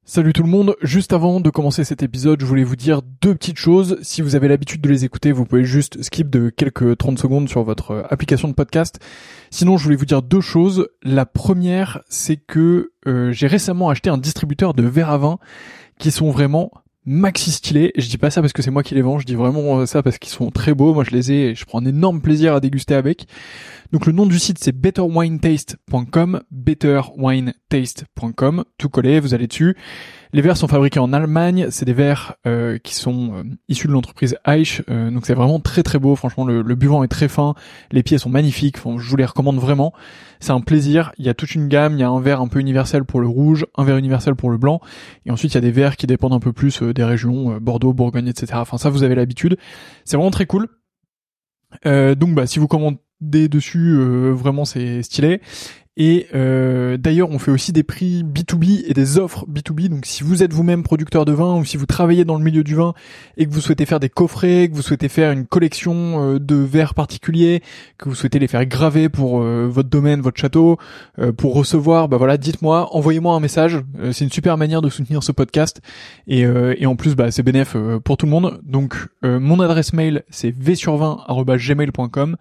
Salut tout le monde, juste avant de commencer cet épisode, je voulais vous dire deux petites choses. Si vous avez l'habitude de les écouter, vous pouvez juste skip de quelques 30 secondes sur votre application de podcast. Sinon, je voulais vous dire deux choses. La première, c'est que j'ai récemment acheté un distributeur de verres à vin qui sont vraiment maxi stylés. Et je dis pas ça parce que c'est moi qui les vends, je dis vraiment ça parce qu'ils sont très beaux. Moi, je les ai et je prends un énorme plaisir à déguster avec. Donc le nom du site c'est betterwinetaste.com, betterwinetaste.com, tout collé, vous allez dessus. Les verres sont fabriqués en Allemagne, c'est des verres qui sont issus de l'entreprise Eich, donc c'est vraiment très très beau, franchement le buvant est très fin, les pieds sont magnifiques, je vous les recommande vraiment, c'est un plaisir, il y a toute une gamme, il y a un verre un peu universel pour le rouge, un verre universel pour le blanc, et ensuite il y a des verres qui dépendent un peu plus des régions, Bordeaux, Bourgogne, etc. Enfin ça vous avez l'habitude, c'est vraiment très cool. Donc si vous commandez dessus, vraiment c'est stylé. Et d'ailleurs on fait aussi des prix B2B et des offres B2B, donc si vous êtes vous-même producteur de vin ou si vous travaillez dans le milieu du vin et que vous souhaitez faire des coffrets, que vous souhaitez faire une collection de verres particuliers, que vous souhaitez les faire graver pour votre domaine, votre château, pour recevoir, dites-moi, envoyez-moi un message, c'est une super manière de soutenir ce podcast et en plus c'est bénéf pour tout le monde. Donc mon adresse mail c'est vsurvin@gmail.com,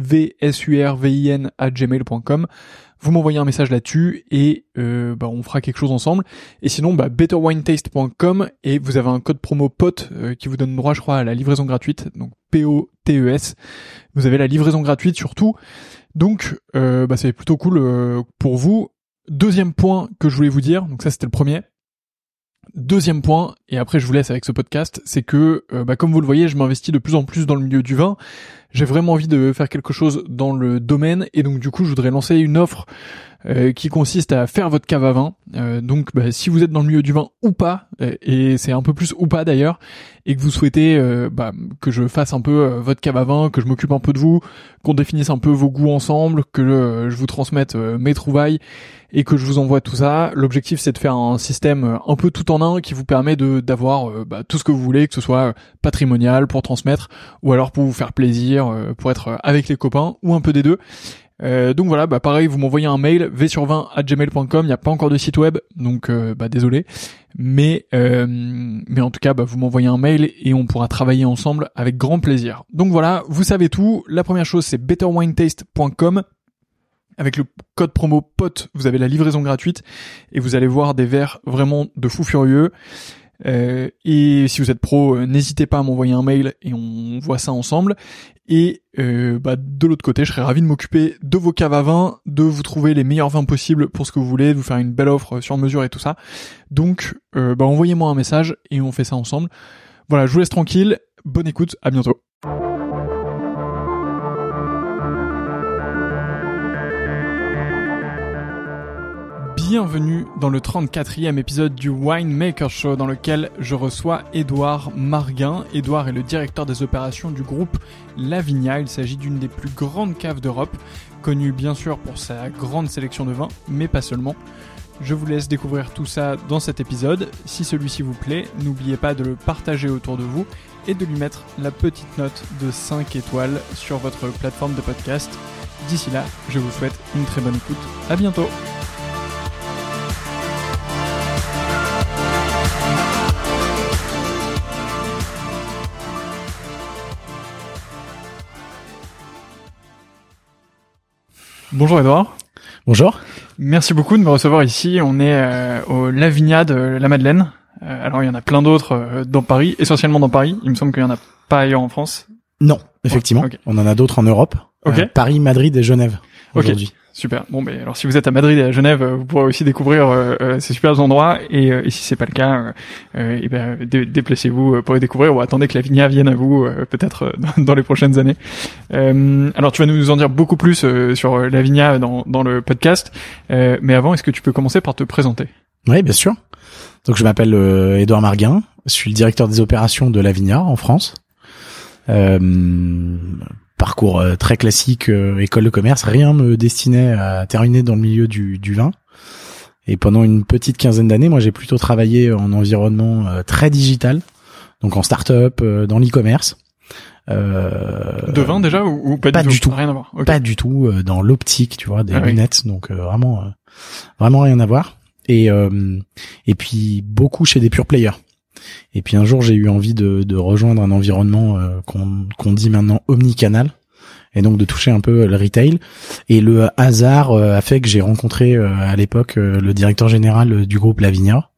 vsurvin@gmail.com. Vous m'envoyez un message là-dessus et on fera quelque chose ensemble. Et sinon, betterwinetaste.com et vous avez un code promo POTE qui vous donne droit, je crois, à la livraison gratuite. Donc POTES. Vous avez la livraison gratuite surtout. Donc c'est plutôt cool pour vous. Deuxième point que je voulais vous dire, donc ça c'était le premier. Deuxième point, et après je vous laisse avec ce podcast, c'est que comme vous le voyez, je m'investis de plus en plus dans le milieu du vin. J'ai vraiment envie de faire quelque chose dans le domaine et donc du coup je voudrais lancer une offre qui consiste à faire votre cave à vin. Donc si vous êtes dans le milieu du vin ou pas, et c'est un peu plus ou pas d'ailleurs, et que vous souhaitez que je fasse un peu votre cave à vin, que je m'occupe un peu de vous, qu'on définisse un peu vos goûts ensemble, que je vous transmette mes trouvailles et que je vous envoie tout ça. L'objectif c'est de faire un système un peu tout en un qui vous permet d'avoir tout ce que vous voulez, que ce soit patrimonial pour transmettre ou alors pour vous faire plaisir, pour être avec les copains ou un peu des deux. Donc voilà, pareil, vous m'envoyez un mail vsurvin@gmail.com, il n'y a pas encore de site web, donc désolé, mais en tout cas vous m'envoyez un mail et on pourra travailler ensemble avec grand plaisir. Donc voilà, vous savez tout. La première chose c'est betterwinetaste.com. Avec le code promo POTE, vous avez la livraison gratuite et vous allez voir des verres vraiment de fou furieux. Et si vous êtes pro, n'hésitez pas à m'envoyer un mail et on voit ça ensemble. Et de l'autre côté, je serais ravi de m'occuper de vos caves à vin, de vous trouver les meilleurs vins possibles pour ce que vous voulez, de vous faire une belle offre sur mesure et tout ça. Donc envoyez-moi un message et on fait ça ensemble. Voilà, je vous laisse tranquille, bonne écoute, à bientôt. Bienvenue dans le 34e épisode du Winemaker Show dans lequel je reçois Édouard Marguin. Édouard est le directeur des opérations du groupe La Vigna. Il s'agit d'une des plus grandes caves d'Europe, connue bien sûr pour sa grande sélection de vins, mais pas seulement. Je vous laisse découvrir tout ça dans cet épisode. Si celui-ci vous plaît, n'oubliez pas de le partager autour de vous et de lui mettre la petite note de 5 étoiles sur votre plateforme de podcast. D'ici là, je vous souhaite une très bonne écoute. À bientôt. Bonjour Édouard. Bonjour. Merci beaucoup de me recevoir ici. On est au La Vigna de la Madeleine. Alors il y en a plein d'autres dans Paris, essentiellement dans Paris. Il me semble qu'il n'y en a pas ailleurs en France. Non, effectivement. Okay. On en a d'autres en Europe. Okay. Paris, Madrid et Genève aujourd'hui. Okay. Super. Bon, alors si vous êtes à Madrid et à Genève, vous pourrez aussi découvrir ces super endroits. Et si c'est pas le cas, déplacez-vous pour les découvrir ou attendez que la Vigna vienne à vous, peut-être dans les prochaines années. Alors tu vas nous en dire beaucoup plus sur la Vigna dans le podcast. Mais avant, est-ce que tu peux commencer par te présenter? Oui, bien sûr. Donc je m'appelle Édouard Marguin. Je suis le directeur des opérations de la Vigna en France. Parcours très classique, école de commerce, rien me destinait à terminer dans le milieu du vin. Et pendant une petite quinzaine d'années, moi j'ai plutôt travaillé en environnement très digital, donc en start-up, dans l'e-commerce. De vin déjà ou pas du tout. Rien à voir. Okay. Pas du tout, dans l'optique, tu vois, des lunettes, donc vraiment rien à voir. et puis beaucoup chez des pure players. Et puis un jour, j'ai eu envie de rejoindre un environnement qu'on dit maintenant omnicanal, et donc de toucher un peu le retail. Et le hasard a fait que j'ai rencontré à l'époque le directeur général du groupe Lavinia,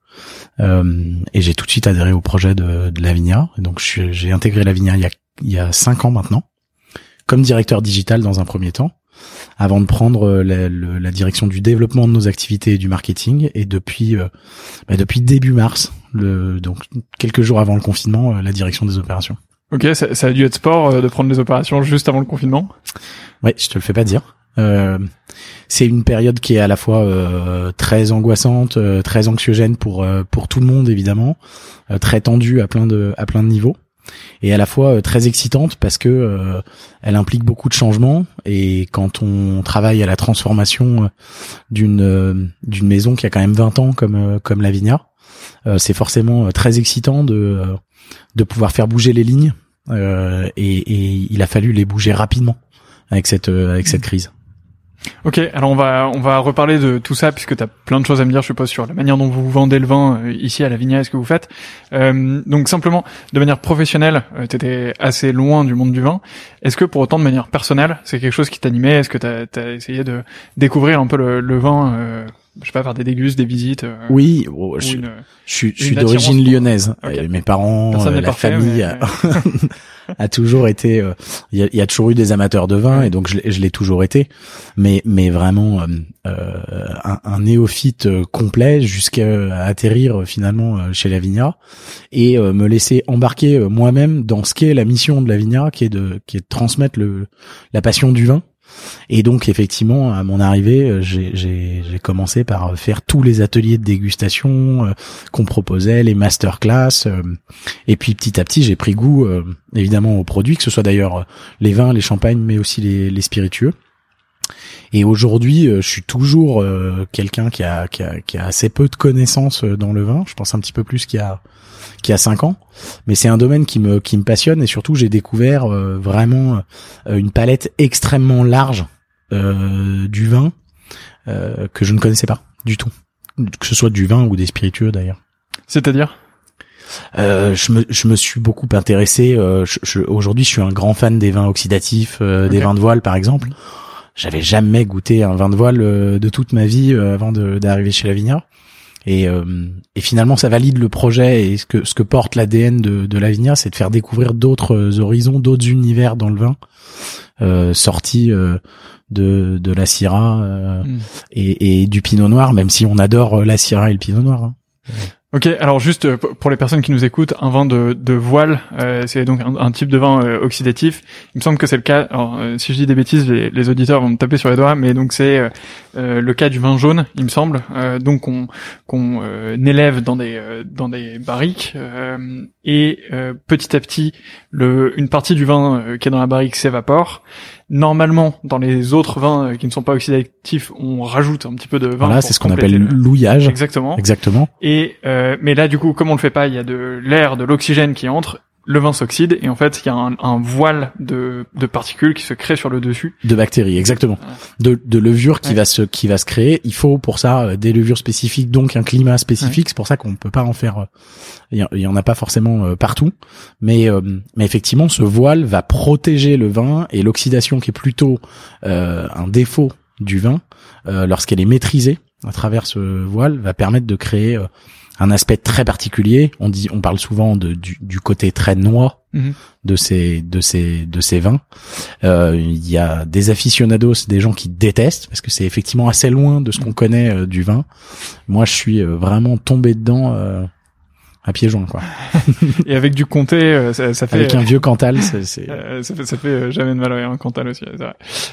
et j'ai tout de suite adhéré au projet de Lavinia. Et donc j'ai intégré Lavinia il y a 5 ans maintenant, comme directeur digital dans un premier temps, avant de prendre la direction du développement de nos activités et du marketing. Et depuis début mars, donc quelques jours avant le confinement, la direction des opérations. Ok, ça a dû être sport de prendre les opérations juste avant le confinement. Ouais, je te le fais pas dire. C'est une période qui est à la fois très angoissante, très anxiogène pour tout le monde évidemment, très tendue à plein de niveaux, et à la fois très excitante parce que elle implique beaucoup de changements. Et quand on travaille à la transformation d'une maison qui a quand même 20 ans comme Lavinia, c'est forcément très excitant de pouvoir faire bouger les lignes, et il a fallu les bouger rapidement avec cette crise. Ok, alors on va reparler de tout ça puisque tu as plein de choses à me dire, je suppose, sur la manière dont vous vendez le vin ici à Lavinia et ce que vous faites. Donc simplement, de manière professionnelle, t'étais assez loin du monde du vin. Est-ce que pour autant, de manière personnelle, c'est quelque chose qui t'animait? Est-ce que t'as essayé de découvrir un peu le vin, je sais pas, faire des dégustes, des visites? Oui, je suis d'origine lyonnaise. Okay. Mes parents, la parfait, famille a toujours été. Il y a toujours eu des amateurs de vin, et donc je l'ai toujours été. Mais vraiment un néophyte complet jusqu'à atterrir finalement chez Lavinia et me laisser embarquer moi-même dans ce qu'est la mission de Lavinia, qui est de transmettre la passion du vin. Et donc effectivement, à mon arrivée, j'ai commencé par faire tous les ateliers de dégustation qu'on proposait, les masterclass, et puis petit à petit j'ai pris goût évidemment aux produits, que ce soit d'ailleurs les vins, les champagnes, mais aussi les spiritueux. Et aujourd'hui, je suis toujours quelqu'un qui a assez peu de connaissances dans le vin. Je pense un petit peu plus qu'il y a 5 ans, mais c'est un domaine qui me passionne, et surtout j'ai découvert vraiment une palette extrêmement large du vin que je ne connaissais pas du tout, que ce soit du vin ou des spiritueux d'ailleurs. C'est-à-dire je me suis beaucoup intéressé. Aujourd'hui, je suis un grand fan des vins oxydatifs, des vins de voile par exemple. J'avais jamais goûté un vin de voile de toute ma vie avant d'arriver chez Lavinia. Et finalement, ça valide le projet, et ce que porte l'ADN de Lavinia, c'est de faire découvrir d'autres horizons, d'autres univers dans le vin, sortis de la Syrah et du Pinot Noir, même si on adore la Syrah et le Pinot Noir. Hein. Ok, alors juste pour les personnes qui nous écoutent, un vin de voile, c'est donc un type de vin oxydatif. Il me semble que c'est le cas. Alors si je dis des bêtises, les auditeurs vont me taper sur les doigts, mais donc c'est le cas du vin jaune, il me semble. Donc qu'on élève dans des barriques, et petit à petit une partie du vin qui est dans la barrique s'évapore. Normalement, dans les autres vins qui ne sont pas oxydatifs, on rajoute un petit peu de vin. Voilà, c'est ce qu'on appelle l'ouillage. Exactement. Et mais là, du coup, comme on le fait pas, il y a de l'air, de l'oxygène qui entre, le vin s'oxyde, et en fait, il y a un voile de particules qui se crée sur le dessus. De bactéries, exactement. De levures qui va se créer. Il faut pour ça des levures spécifiques, donc un climat spécifique. C'est pour ça qu'on peut pas en faire. Il y en a pas forcément partout, mais effectivement, ce voile va protéger le vin, et l'oxydation, qui est plutôt un défaut du vin, lorsqu'elle est maîtrisée à travers ce voile, va permettre de créer un aspect très particulier. On parle souvent du côté très noix de ces vins. Il y a des aficionados, des gens qui détestent, parce que c'est effectivement assez loin de ce qu'on connaît du vin. Moi, je suis vraiment tombé dedans à pieds joints, quoi. Et avec du comté, ça fait avec un vieux Cantal, ça fait jamais de mal, un Cantal aussi, c'est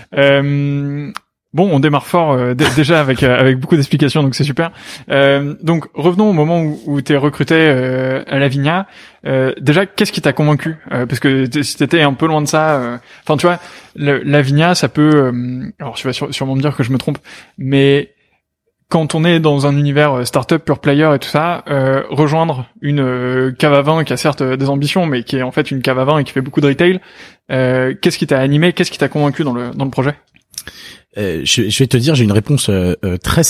vrai. Bon, on démarre fort déjà avec beaucoup d'explications, donc c'est super. Donc revenons au moment où t'es recruté à Lavinia. Déjà, qu'est-ce qui t'a convaincu, parce que si t'étais un peu loin de ça, enfin tu vois, Lavinia, ça peut. Alors tu vas sûrement me dire que je me trompe, mais quand on est dans un univers startup pure player et tout ça, rejoindre une cave à vin qui a certes des ambitions, mais qui est en fait une cave à vin et qui fait beaucoup de retail, qu'est-ce qui t'a animé, qu'est-ce qui t'a convaincu dans le projet? Je vais te dire, j'ai une réponse très simple.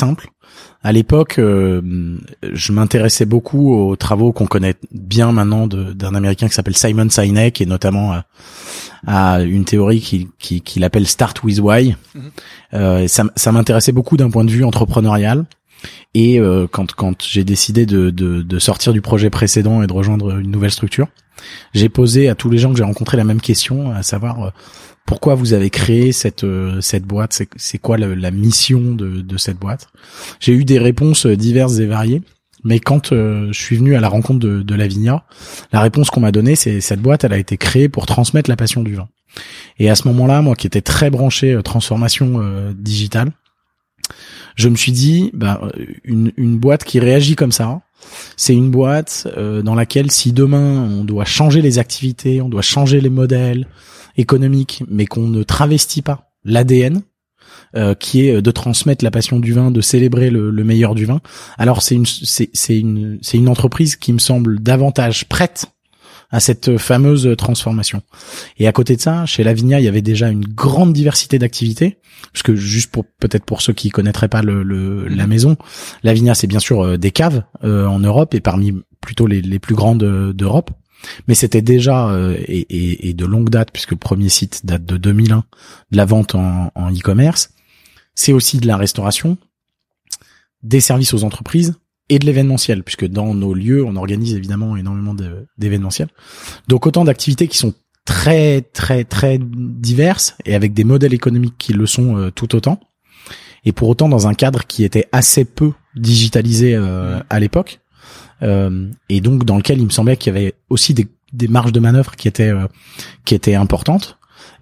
À l'époque, je m'intéressais beaucoup aux travaux qu'on connaît bien maintenant d'un Américain qui s'appelle Simon Sinek, et notamment à une théorie qu'il appelle Start with Why. Et ça m'intéressait beaucoup d'un point de vue entrepreneurial. Et quand j'ai décidé de sortir du projet précédent et de rejoindre une nouvelle structure, j'ai posé à tous les gens que j'ai rencontrés la même question, à savoir pourquoi vous avez créé cette boîte, c'est quoi la mission de cette boîte. J'ai eu des réponses diverses et variées, mais quand je suis venu à la rencontre de Lavinia, la réponse qu'on m'a donnée, c'est cette boîte, elle a été créée pour transmettre la passion du vin. Et à ce moment-là, moi qui étais très branché transformation digitale, je me suis dit, une boîte qui réagit comme ça, c'est une boîte dans laquelle si demain on doit changer les activités, on doit changer les modèles économiques, mais qu'on ne travestit pas l'ADN, qui est de transmettre la passion du vin, de célébrer le meilleur du vin. Alors c'est une entreprise qui me semble davantage prête à cette fameuse transformation. Et à côté de ça, chez Lavinia, il y avait déjà une grande diversité d'activités, parce que juste peut-être pour ceux qui connaîtraient pas la maison, Lavinia c'est bien sûr des caves en Europe, et parmi plutôt les plus grandes d'Europe. Mais c'était déjà et de longue date, puisque le premier site date de 2001, de la vente en e-commerce. C'est aussi de la restauration, des services aux entreprises et de l'événementiel, puisque dans nos lieux, on organise évidemment énormément d'événementiel. Donc autant d'activités qui sont très très très diverses et avec des modèles économiques qui le sont tout autant. Et pour autant dans un cadre qui était assez peu digitalisé à l'époque. Et donc dans lequel il me semblait qu'il y avait aussi des marges de manœuvre qui étaient importantes.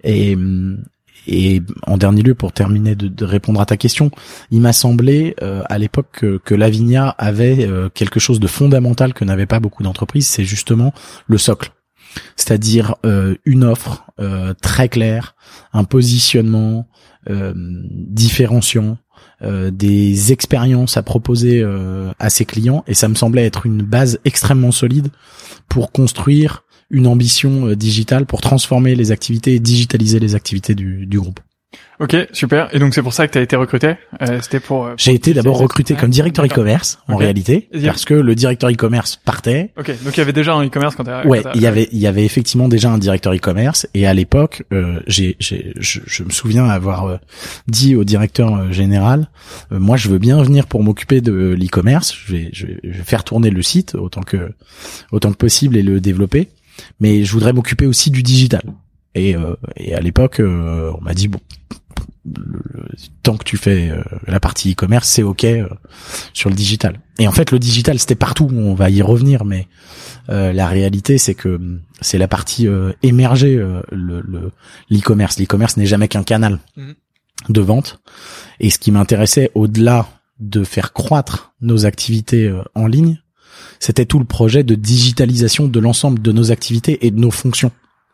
Et en dernier lieu, pour terminer de répondre à ta question, il m'a semblé à l'époque que Lavinia avait quelque chose de fondamental que n'avaient pas beaucoup d'entreprises, c'est justement le socle. C'est-à-dire une offre très claire, un positionnement différenciant, des expériences à proposer à ses clients, et ça me semblait être une base extrêmement solide pour construire une ambition digitale, pour transformer les activités et digitaliser les activités du groupe. Ok, super. Et donc c'est pour ça que tu as été recruté. C'était pour. J'ai été d'abord recruté comme directeur e-commerce en réalité, parce que le directeur e-commerce partait. Ok, donc il y avait déjà un e-commerce quand t'as. Ouais, il y avait effectivement déjà un directeur e-commerce, et à l'époque, je me souviens avoir dit au directeur général, moi je veux bien venir pour m'occuper de l'e-commerce. Je vais faire tourner le site autant que possible et le développer, mais je voudrais m'occuper aussi du digital. Et à l'époque, on m'a dit bon, tant que tu fais la partie e-commerce, c'est ok sur le digital. Et en fait, le digital, c'était partout. On va y revenir, mais la réalité, c'est que c'est la partie émergée, l'e-commerce. L'e-commerce n'est jamais qu'un canal de vente. Et ce qui m'intéressait, au-delà de faire croître nos activités en ligne, c'était tout le projet de digitalisation de l'ensemble de nos activités et de nos fonctions.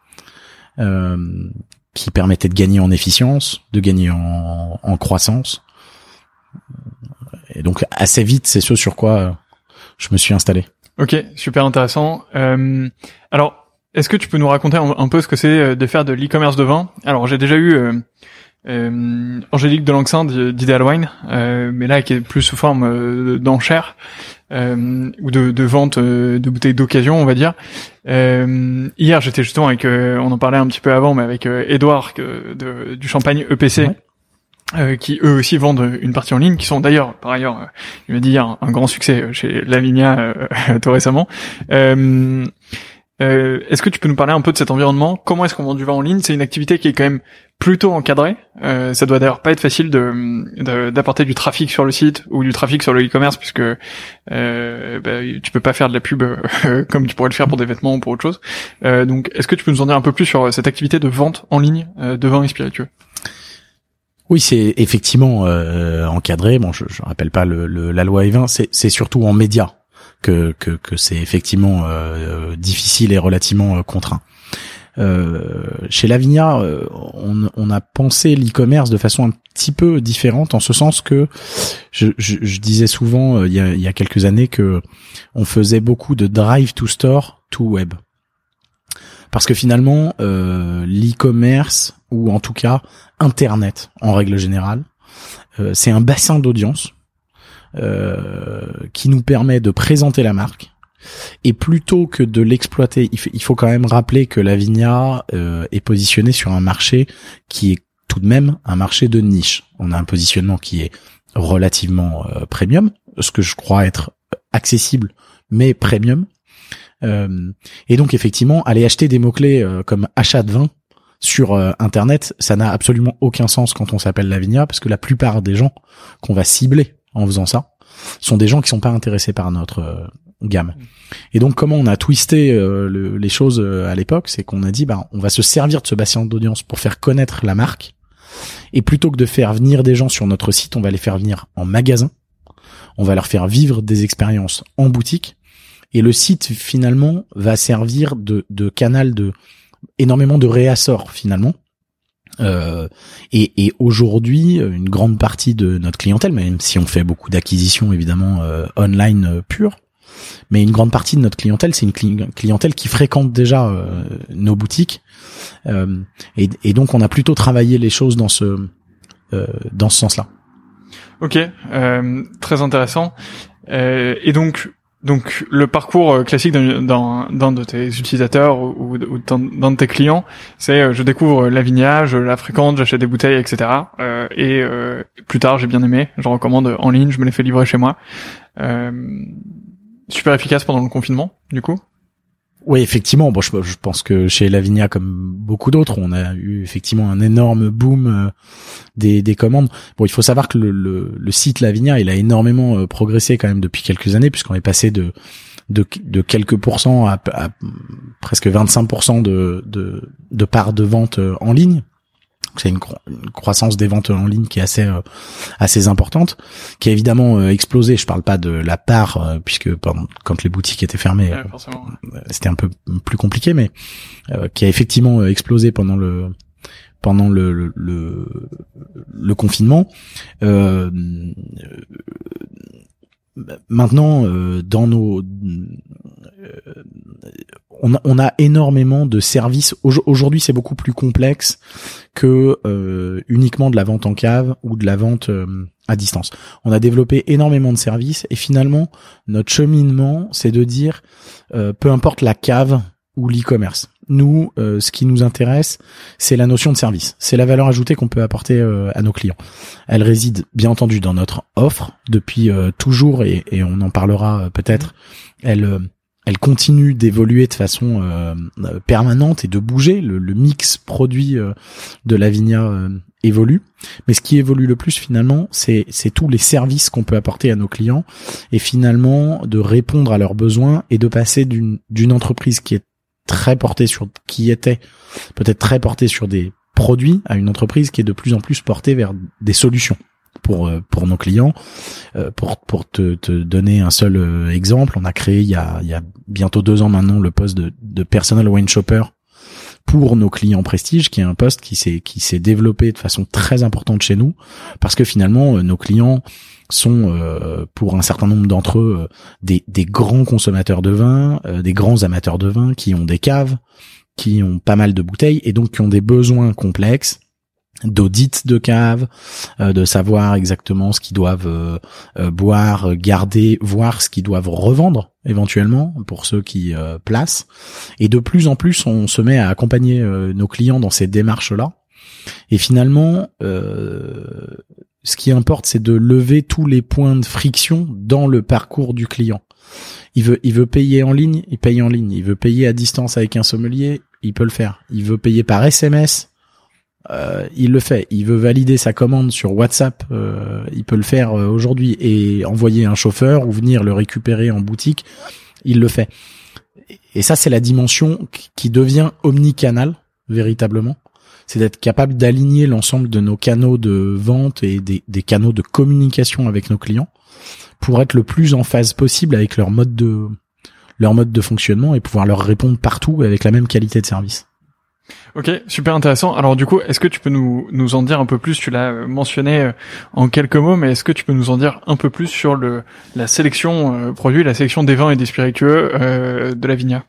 Qui permettait de gagner en efficience, de gagner en croissance. Et donc assez vite, c'est ce sur quoi je me suis installé. Ok, super intéressant. Alors, est-ce que tu peux nous raconter un peu ce que c'est de faire de l'e-commerce de vin? Alors, j'ai déjà eu Angélique Delanxin d'Ideal Wine, mais là qui est plus sous forme d'enchères ou de vente de bouteilles d'occasion, on va dire. Hier, j'étais justement avec, on en parlait un petit peu avant, mais avec Edouard du champagne EPC. Ouais. Qui eux aussi vendent une partie en ligne, qui sont d'ailleurs, par ailleurs, il m'a dit hier, un grand succès chez Lavinia tout récemment. Est-ce que tu peux nous parler un peu de cet environnement? Comment est-ce qu'on vend du vin en ligne? C'est une activité qui est quand même plutôt encadrée. Ça doit d'ailleurs pas être facile d'apporter du trafic sur le site ou du trafic sur le e-commerce, puisque tu peux pas faire de la pub comme tu pourrais le faire pour des vêtements ou pour autre chose. Donc, est-ce que tu peux nous en dire un peu plus sur cette activité de vente en ligne de vins et spiritueux? Oui, c'est effectivement encadré. Bon, je rappelle pas la loi E20. C'est surtout en médias que c'est effectivement difficile et relativement contraint. Chez Lavinia, on a pensé l'e-commerce de façon un petit peu différente, en ce sens que je disais souvent il y a quelques années que on faisait beaucoup de drive to store to web. Parce que finalement, l'e-commerce, ou en tout cas Internet en règle générale, c'est un bassin d'audience qui nous permet de présenter la marque. Et plutôt que de l'exploiter, il faut quand même rappeler que la Vigna est positionnée sur un marché qui est tout de même un marché de niche. On a un positionnement qui est relativement premium, ce que je crois être accessible mais premium. Et donc effectivement, aller acheter des mots-clés comme achat de vin sur Internet, ça n'a absolument aucun sens quand on s'appelle la Vigna, parce que la plupart des gens qu'on va cibler en faisant ça sont des gens qui sont pas intéressés par notre gamme. Et donc comment on a twisté les choses à l'époque, c'est qu'on a dit on va se servir de ce bassin d'audience pour faire connaître la marque, et plutôt que de faire venir des gens sur notre site, on va les faire venir en magasin, on va leur faire vivre des expériences en boutique, et le site finalement va servir de canal de énormément de réassort finalement. Et aujourd'hui, une grande partie de notre clientèle, même si on fait beaucoup d'acquisitions évidemment online pure, mais une grande partie de notre clientèle, c'est une clientèle qui fréquente déjà nos boutiques, et donc on a plutôt travaillé les choses dans ce sens-là. Ok, très intéressant. Et donc le parcours classique d'un de tes utilisateurs ou d'un de tes clients, c'est je découvre la Vigna, je la fréquente, j'achète des bouteilles, etc. Et plus tard, j'ai bien aimé, je recommande en ligne, je me les fais livrer chez moi. Super efficace pendant le confinement, du coup. Oui, effectivement. Bon, je pense que chez la Vigna, comme beaucoup d'autres, on a eu effectivement un énorme boom des commandes. Bon, il faut savoir que le site La Vigna, il a énormément progressé quand même depuis quelques années, puisqu'on est passé de quelques pourcents à presque 25% de part de vente en ligne. C'est une croissance des ventes en ligne qui est assez importante, qui a évidemment explosé. Je parle pas de la part, puisque quand les boutiques étaient fermées, c'était un peu plus compliqué, mais qui a effectivement explosé pendant le confinement. Maintenant, dans nos on a énormément de services. Aujourd'hui, c'est beaucoup plus complexe que uniquement de la vente en cave ou de la vente à distance. On a développé énormément de services, et finalement, notre cheminement, c'est de dire peu importe la cave ou l'e-commerce. Nous, ce qui nous intéresse, c'est la notion de service. C'est la valeur ajoutée qu'on peut apporter à nos clients. Elle réside bien entendu dans notre offre depuis toujours, et on en parlera peut-être. Elle continue d'évoluer de façon permanente et de bouger. Le mix produit de la Vigna évolue. Mais ce qui évolue le plus finalement, c'est tous les services qu'on peut apporter à nos clients, et finalement de répondre à leurs besoins, et de passer d'une entreprise qui était peut-être très portée sur des produits, à une entreprise qui est de plus en plus portée vers des solutions pour nos clients. Pour te donner un seul exemple, on a créé il y a bientôt 2 ans maintenant le poste de personal wine shopper pour nos clients prestige, qui est un poste qui s'est développé de façon très importante chez nous, parce que finalement nos clients sont pour un certain nombre d'entre eux des grands consommateurs de vin, des grands amateurs de vin, qui ont des caves, qui ont pas mal de bouteilles, et donc qui ont des besoins complexes d'audit de cave, de savoir exactement ce qu'ils doivent boire, garder, voir ce qu'ils doivent revendre éventuellement pour ceux qui placent. Et de plus en plus, on se met à accompagner nos clients dans ces démarches-là. Et finalement, ce qui importe, c'est de lever tous les points de friction dans le parcours du client. Il veut payer en ligne, il paye en ligne. Il veut payer à distance avec un sommelier, il peut le faire. Il veut payer par SMS, il le fait. Il veut valider sa commande sur WhatsApp, il peut le faire aujourd'hui, et envoyer un chauffeur ou venir le récupérer en boutique, il le fait. Et ça, c'est la dimension qui devient omnicanal véritablement. C'est d'être capable d'aligner l'ensemble de nos canaux de vente et des canaux de communication avec nos clients pour être le plus en phase possible avec leur mode de fonctionnement, et pouvoir leur répondre partout avec la même qualité de service. Ok, super intéressant. Alors du coup, est-ce que tu peux nous en dire un peu plus? Tu l'as mentionné en quelques mots, mais est-ce que tu peux nous en dire un peu plus sur la sélection produit, la sélection des vins et des spiritueux de la Vigna?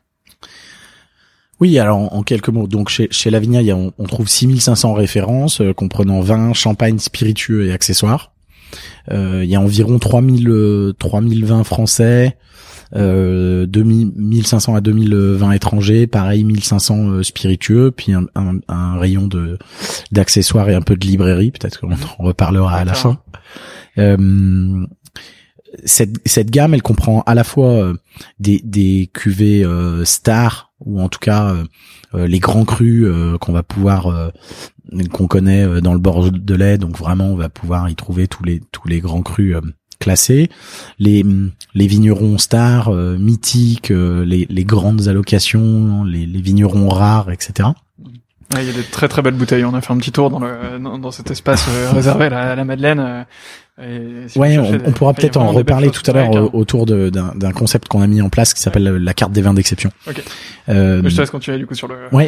Oui, alors en quelques mots. Donc chez la Vigna, on trouve 6500 références comprenant vin, champagne, spiritueux et accessoires. Il y a environ 3000 vins français, 1500 à 2000 vins étrangers, pareil 1500 spiritueux, puis un rayon d'accessoires et un peu de librairie, peut-être qu'on en reparlera à la fin. Cette gamme, elle comprend à la fois des cuvées stars, ou en tout cas les grands crus qu'on connaît dans le Bordelais, donc vraiment on va pouvoir y trouver tous les grands crus classés, les vignerons stars mythiques, les grandes allocations, les vignerons rares, etc. Ouais, il y a des très très belles bouteilles. On a fait un petit tour dans cet espace réservé à la Madeleine. Ouais, on pourra peut-être en reparler tout à l'heure autour d'un concept qu'on a mis en place qui s'appelle la carte des vins d'exception. Ok. Je te laisse continuer du coup sur le. Ouais.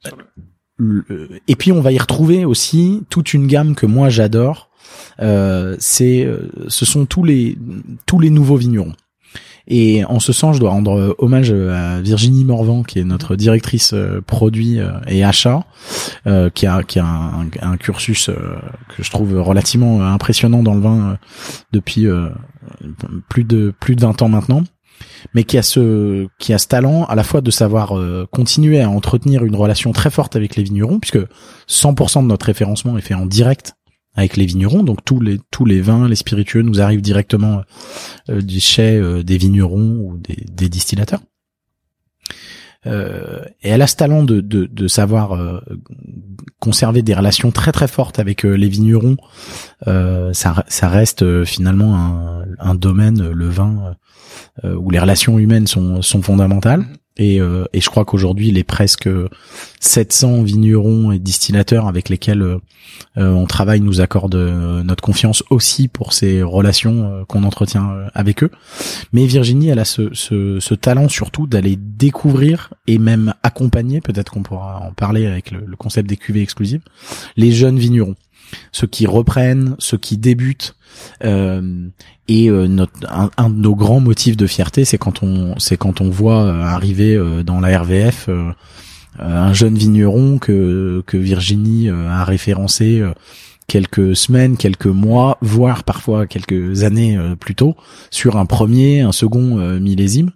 Et puis on va y retrouver aussi toute une gamme que moi j'adore. Ce sont tous les nouveaux vignerons. Et en ce sens, je dois rendre hommage à Virginie Morvan, qui est notre directrice produit et achat, qui a un cursus que je trouve relativement impressionnant dans le vin depuis plus de 20 ans maintenant, mais qui a ce talent à la fois de savoir continuer à entretenir une relation très forte avec les vignerons, puisque 100% de notre référencement est fait en direct avec les vignerons, donc tous les vins, les spiritueux nous arrivent directement du chai des vignerons ou des distillateurs. Et elle a ce talent de savoir conserver des relations très très fortes avec les vignerons. Ça reste finalement un domaine, le vin, où les relations humaines sont fondamentales. Et je crois qu'aujourd'hui, les presque 700 vignerons et distillateurs avec lesquels on travaille nous accordent notre confiance aussi pour ces relations qu'on entretient avec eux. Mais Virginie, elle a ce talent surtout d'aller découvrir et même accompagner, peut-être qu'on pourra en parler avec le concept des cuvées exclusives, les jeunes vignerons. Ceux qui reprennent, ceux qui débutent, et un de nos grands motifs de fierté, c'est quand on voit arriver dans la RVF un jeune vigneron que Virginie a référencé quelques semaines, quelques mois, voire parfois quelques années plus tôt, sur un second millésime.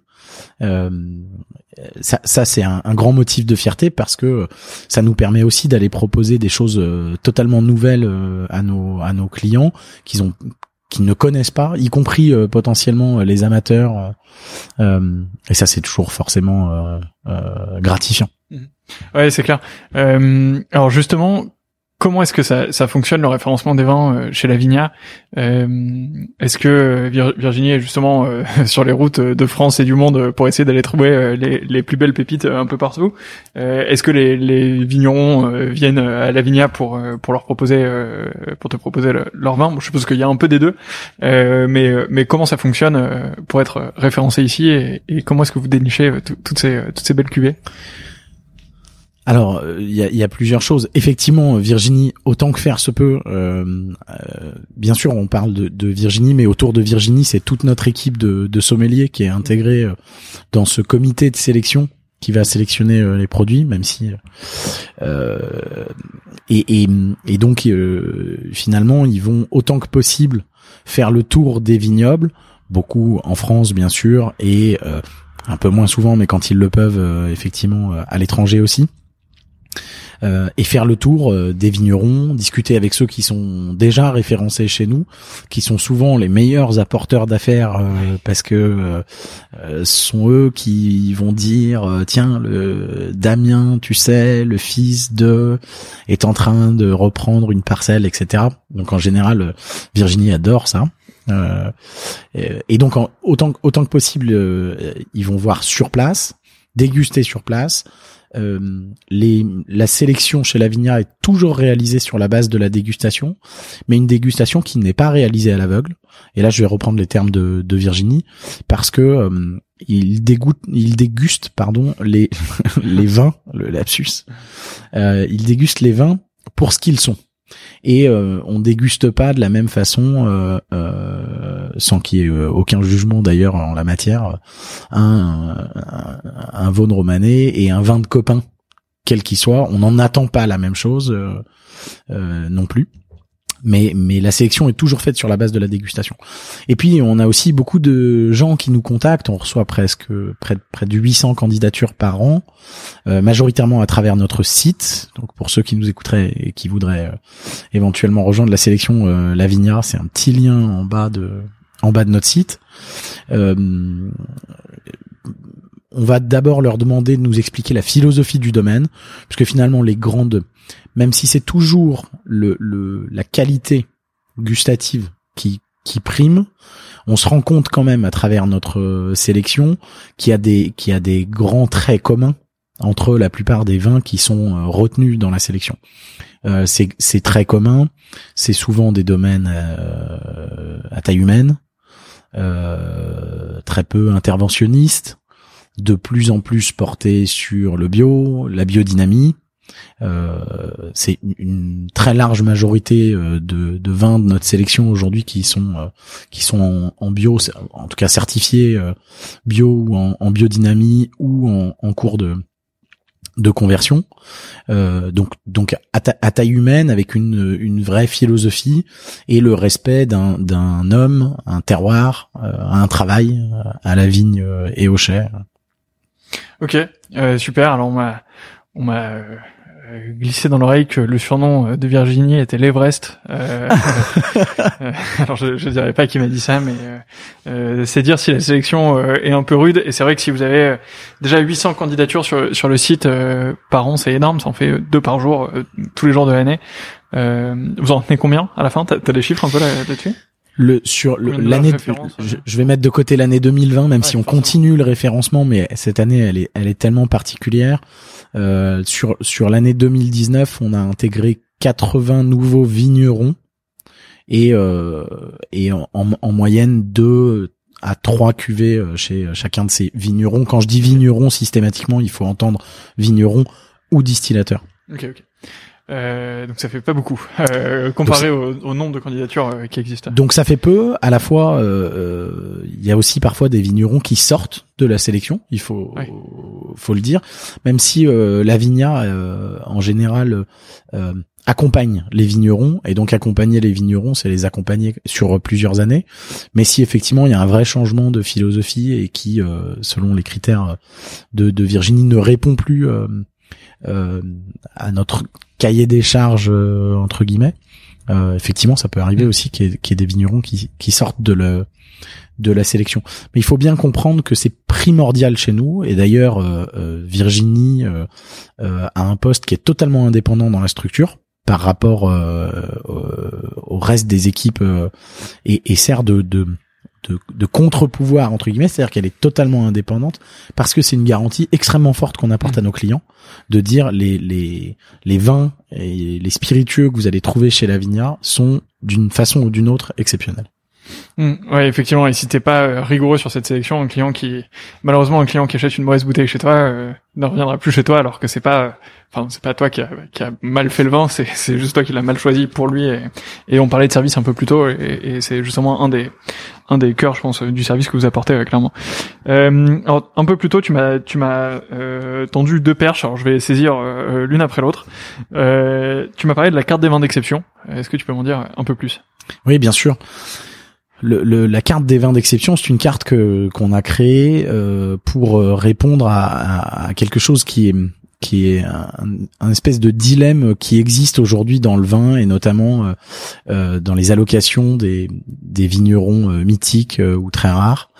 Ça c'est un grand motif de fierté, parce que ça nous permet aussi d'aller proposer des choses totalement nouvelles à nos clients qui ne connaissent pas, y compris potentiellement les amateurs, et ça c'est toujours forcément gratifiant. Ouais, c'est clair. Alors justement, comment est-ce que ça fonctionne, le référencement des vins chez La Vignat? Est-ce que Virginie est justement sur les routes de France et du monde pour essayer d'aller trouver les plus belles pépites un peu partout? Est-ce que les vignerons viennent à La Vignat pour leur proposer pour te proposer leur vin? Bon, je suppose qu'il y a un peu des deux, mais comment ça fonctionne pour être référencé ici, et comment est-ce que vous dénichez toutes ces belles cuvées? Alors, il y a plusieurs choses. Effectivement, Virginie, autant que faire se peut, bien sûr, on parle de Virginie, mais autour de Virginie, c'est toute notre équipe de sommeliers qui est intégrée dans ce comité de sélection qui va sélectionner les produits, même si et donc finalement, ils vont autant que possible faire le tour des vignobles, beaucoup en France bien sûr, et un peu moins souvent, mais quand ils le peuvent, effectivement à l'étranger aussi. Et faire le tour des vignerons, discuter avec ceux qui sont déjà référencés chez nous, qui sont souvent les meilleurs apporteurs d'affaires, parce que ce sont eux qui vont dire tiens, le Damien, tu sais, le fils de est en train de reprendre une parcelle, etc. Donc en général, Virginie adore ça. Et donc autant que possible, ils vont voir sur place, déguster sur place. La sélection chez La Vignat est toujours réalisée sur la base de la dégustation, mais une dégustation qui n'est pas réalisée à l'aveugle. Et là, je vais reprendre les termes de Virginie, parce que il déguste les vins, le lapsus. Il déguste les vins pour ce qu'ils sont. Et on déguste pas de la même façon, sans qu'il y ait aucun jugement d'ailleurs en la matière, un Vosne romanée et un vin de copain, quel qu'il soit. On n'en attend pas la même chose non plus. Mais la sélection est toujours faite sur la base de la dégustation. Et puis on a aussi beaucoup de gens qui nous contactent. On reçoit près de 800 candidatures par an, majoritairement à travers notre site. Donc pour ceux qui nous écouteraient et qui voudraient éventuellement rejoindre la sélection La Vigna, c'est un petit lien en bas de notre site. On va d'abord leur demander de nous expliquer la philosophie du domaine, puisque finalement même si c'est toujours la qualité gustative qui prime, on se rend compte quand même à travers notre sélection qu'il y a des grands traits communs entre la plupart des vins qui sont retenus dans la sélection. Ces traits communs, c'est souvent des domaines à taille humaine, très peu interventionnistes, de plus en plus portés sur le bio, la biodynamie. C'est une très large majorité de vins de notre sélection aujourd'hui qui sont en bio, en tout cas certifiés bio ou en biodynamie ou en cours de conversion. Donc à taille humaine, avec une vraie philosophie et le respect d'un homme, un terroir, un travail à la vigne et au chai. Ok, super. Alors on m'a glissé dans l'oreille que le surnom de Virginie était l'Everest. Alors je dirais pas qui m'a dit ça, mais c'est dire si la sélection est un peu rude. Et c'est vrai que si vous avez déjà 800 candidatures sur le site par an, c'est énorme. Ça en fait 2 par jour, tous les jours de l'année. Vous en retenez combien à la fin? T'as des chiffres un peu là-dessus? L'année, je vais mettre de côté l'année 2020, même si on continue le référencement, mais cette année elle est tellement particulière. Sur l'année 2019, on a intégré 80 nouveaux vignerons et en moyenne 2 à 3 cuvées chez chacun de ces vignerons. Quand je dis vignerons, systématiquement, il faut entendre vigneron ou distillateur. Ok. Donc ça fait pas beaucoup comparé au nombre de candidatures qui existent. Donc ça fait peu. À la fois, il y a aussi parfois des vignerons qui sortent de la sélection. Il faut le dire. Même si la Vigna en général accompagne les vignerons, et donc accompagner les vignerons, c'est les accompagner sur plusieurs années. Mais si effectivement il y a un vrai changement de philosophie et qui, selon les critères de Virginie, ne répond plus à notre cahier des charges entre guillemets, effectivement ça peut arriver aussi qu'il y ait des vignerons qui sortent de la sélection. Mais il faut bien comprendre que c'est primordial chez nous, et d'ailleurs Virginie a un poste qui est totalement indépendant dans la structure par rapport au reste des équipes et sert de contre-pouvoir entre guillemets, c'est-à-dire qu'elle est totalement indépendante, parce que c'est une garantie extrêmement forte qu'on apporte à nos clients, de dire les vins et les spiritueux que vous allez trouver chez la Vigna sont d'une façon ou d'une autre exceptionnels. Ouais, effectivement. Et si t'es pas rigoureux sur cette sélection, un client qui achète une mauvaise bouteille chez toi ne reviendra plus chez toi, alors que c'est pas toi qui a mal fait le vin, c'est juste toi qui l'as mal choisi pour lui. Et on parlait de service un peu plus tôt, et c'est justement un des cœurs, je pense, du service que vous apportez, clairement. Alors un peu plus tôt, tu m'as tendu 2 perches. Alors je vais saisir l'une après l'autre. Tu m'as parlé de la carte des vins d'exception. Est-ce que tu peux m'en dire un peu plus? Oui, bien sûr. La carte des vins d'exception, c'est une carte qu'on a créée pour répondre à quelque chose qui est un espèce de dilemme qui existe aujourd'hui dans le vin, et notamment dans les allocations des vignerons mythiques ou très rares.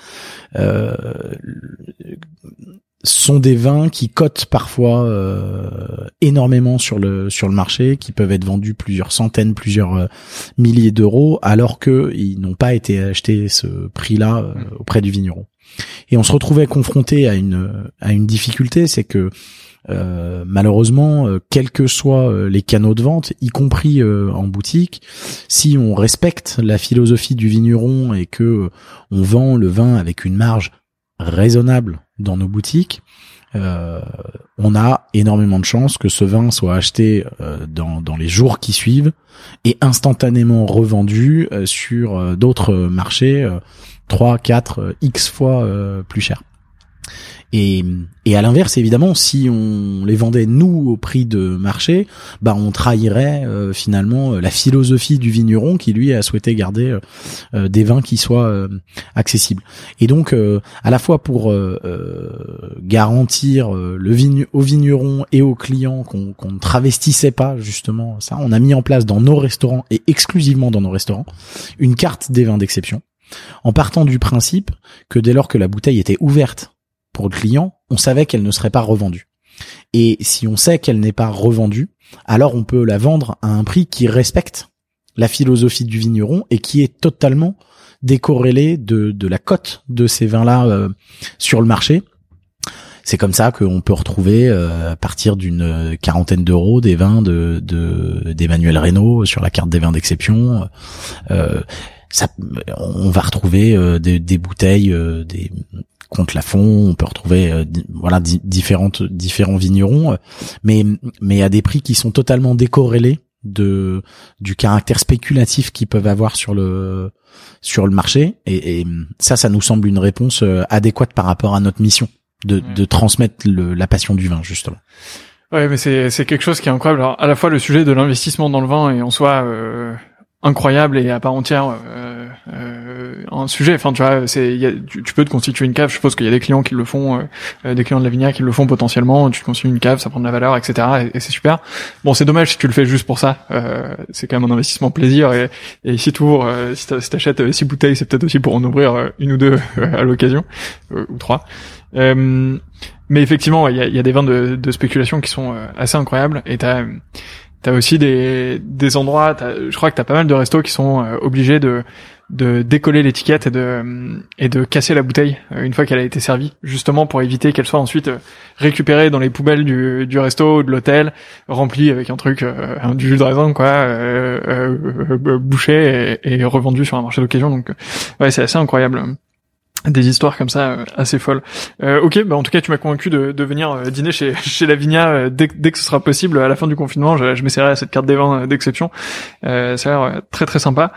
Sont des vins qui cotent parfois énormément sur le marché, qui peuvent être vendus plusieurs centaines, plusieurs milliers d'euros, alors que ils n'ont pas été achetés ce prix-là auprès du vigneron. Et on se retrouvait confronté à une difficulté, c'est que malheureusement, quels que soient les canaux de vente, y compris en boutique, si on respecte la philosophie du vigneron et que on vend le vin avec une marge raisonnable dans nos boutiques, on a énormément de chances que ce vin soit acheté dans les jours qui suivent et instantanément revendu sur d'autres marchés 3, 4, X fois plus cher. Et à l'inverse, évidemment, si on les vendait nous au prix de marché, on trahirait finalement la philosophie du vigneron qui lui a souhaité garder des vins qui soient accessibles. Et donc à la fois pour garantir au vigneron et aux clients qu'on ne travestissait pas justement ça, on a mis en place dans nos restaurants et exclusivement dans nos restaurants une carte des vins d'exception, en partant du principe que dès lors que la bouteille était ouverte pour le client, on savait qu'elle ne serait pas revendue. Et si on sait qu'elle n'est pas revendue, alors on peut la vendre à un prix qui respecte la philosophie du vigneron et qui est totalement décorrélé de la cote de ces vins-là sur le marché. C'est comme ça qu'on peut retrouver à partir d'une quarantaine d'euros des vins d'Emmanuel Reynaud sur la carte des vins d'exception. On va retrouver des bouteilles des Comte Lafon, on peut retrouver différents vignerons, mais à des prix qui sont totalement décorrélés du caractère spéculatif qu'ils peuvent avoir sur le marché, et ça nous semble une réponse adéquate par rapport à notre mission de transmettre la passion du vin, justement. Ouais, mais c'est quelque chose qui est incroyable. Alors, à la fois le sujet de l'investissement dans le vin est en soi incroyable et à part entière un sujet. Enfin, tu vois, tu peux te constituer une cave. Je suppose qu'il y a des clients qui le font, des clients de la Vigna qui le font potentiellement. Tu te constitues une cave, ça prend de la valeur, etc. Et c'est super. Bon, c'est dommage si tu le fais juste pour ça. C'est quand même un investissement plaisir. Et si si t'achètes 6 bouteilles, c'est peut-être aussi pour en ouvrir une ou deux à l'occasion, ou 3. Mais effectivement, il y a des vins de spéculation qui sont assez incroyables. Et t'as aussi des endroits, je crois que t'as pas mal de restos qui sont obligés de décoller l'étiquette et de casser la bouteille une fois qu'elle a été servie, justement pour éviter qu'elle soit ensuite récupérée dans les poubelles du resto ou de l'hôtel, remplie avec un truc, du jus de raisin, bouché et revendu sur un marché d'occasion. Donc ouais, c'est assez incroyable. Des histoires comme ça assez folles. Ok, en tout cas tu m'as convaincu de venir dîner chez la Vigna dès que ce sera possible à la fin du confinement. Je m'essaierai à cette carte des vins d'exception. Ça a l'air très très sympa.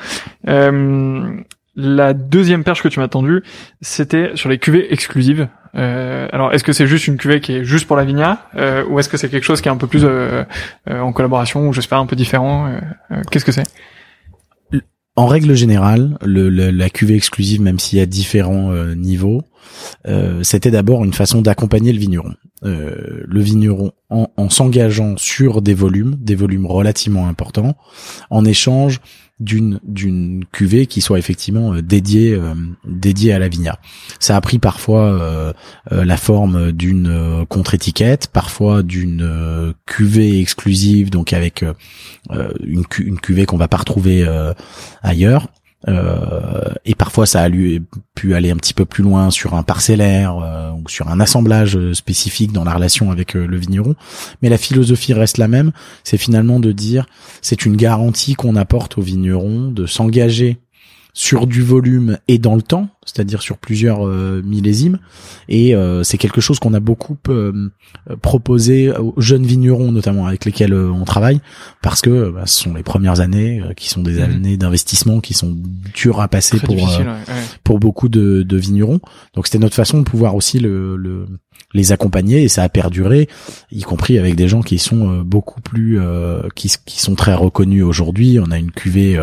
La deuxième perche que tu m'as tendue, c'était sur les cuvées exclusives. Alors est-ce que c'est juste une cuvée qui est juste pour la Vigna, ou est-ce que c'est quelque chose qui est un peu plus en collaboration, ou j'espère un peu différent? Qu'est-ce que c'est? En règle générale, la cuvée exclusive, même s'il y a différents niveaux, c'était d'abord une façon d'accompagner le vigneron. Le vigneron en s'engageant sur des volumes relativement importants, en échange d'une cuvée qui soit effectivement dédiée à la Vigna. Ça a pris parfois la forme d'une contre-étiquette, parfois d'une cuvée exclusive, donc avec une cuvée qu'on va pas retrouver ailleurs. Et parfois ça a pu aller un petit peu plus loin sur un parcellaire ou sur un assemblage spécifique dans la relation avec le vigneron, mais la philosophie reste la même. C'est finalement de dire, c'est une garantie qu'on apporte au vigneron de s'engager sur du volume et dans le temps, c'est-à-dire sur plusieurs millésimes, et c'est quelque chose qu'on a beaucoup proposé aux jeunes vignerons, notamment avec lesquels on travaille, parce que ce sont les premières années qui sont des années d'investissement qui sont dures à passer pour beaucoup de vignerons. Donc c'était notre façon de pouvoir aussi les accompagner, et ça a perduré, y compris avec des gens qui sont beaucoup plus qui sont très reconnus aujourd'hui. On a une cuvée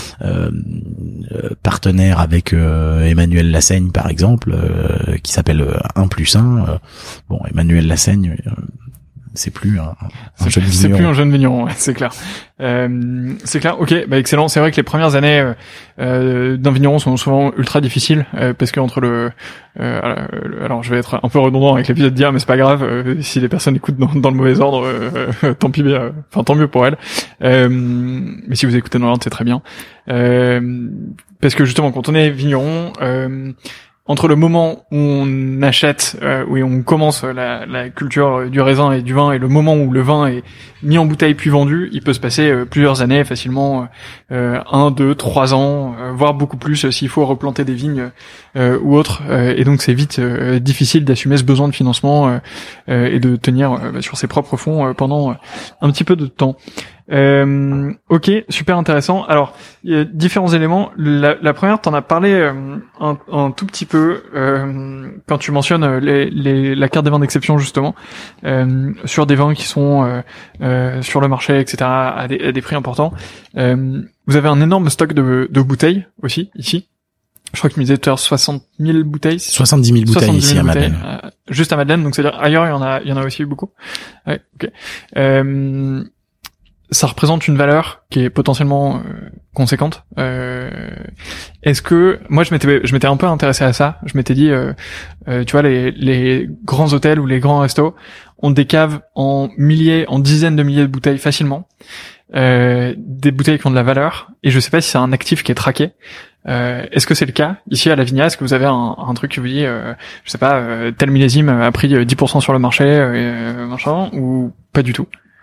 partenaire avec Emmanuel Lassaigne par exemple, qui s'appelle 1+1. Emmanuel Lassaigne, c'est plus un jeune vigneron. C'est plus un jeune vigneron, ouais, c'est clair. C'est clair. Ok, excellent. C'est vrai que les premières années d'un vigneron sont souvent ultra difficiles parce que entre alors je vais être un peu redondant avec l'épisode d'hier, mais c'est pas grave. Si les personnes écoutent dans le mauvais ordre, tant pis. Tant mieux pour elles. Mais si vous écoutez dans l'ordre, c'est très bien. Parce que justement, quand on est vigneron, entre le moment où on achète, où on commence la culture du raisin et du vin, et le moment où le vin est mis en bouteille puis vendu, il peut se passer plusieurs années, facilement 1, 2, 3 ans, voire beaucoup plus s'il faut replanter des vignes ou autre. Et donc c'est vite difficile d'assumer ce besoin de financement et de tenir sur ses propres fonds pendant un petit peu de temps. Ok, super intéressant. Alors, il y a différents éléments. La première, t'en as parlé un tout petit peu quand tu mentionnes la carte des vins d'exception justement, sur des vins qui sont sur le marché, etc. à des prix importants. Vous avez un énorme stock de bouteilles aussi ici. Je crois que tu me disais tout à l'heure 60 000 bouteilles. 70 000 bouteilles ici à Madeleine. Juste à Madeleine, donc c'est-à-dire ailleurs il y en a aussi beaucoup. Ouais, ok. Ça représente une valeur qui est potentiellement conséquente. Est-ce que moi je m'étais un peu intéressé à ça. Je m'étais dit, tu vois, les grands hôtels ou les grands restos ont des caves en dizaines de milliers de bouteilles facilement. Des bouteilles qui ont de la valeur. Et je sais pas si c'est un actif qui est traqué. Est-ce que c'est le cas ici à La Vigna? Est-ce que vous avez un truc qui vous dit, je sais pas, tel millésime a pris 10% sur le marché, machin, ou pas du tout?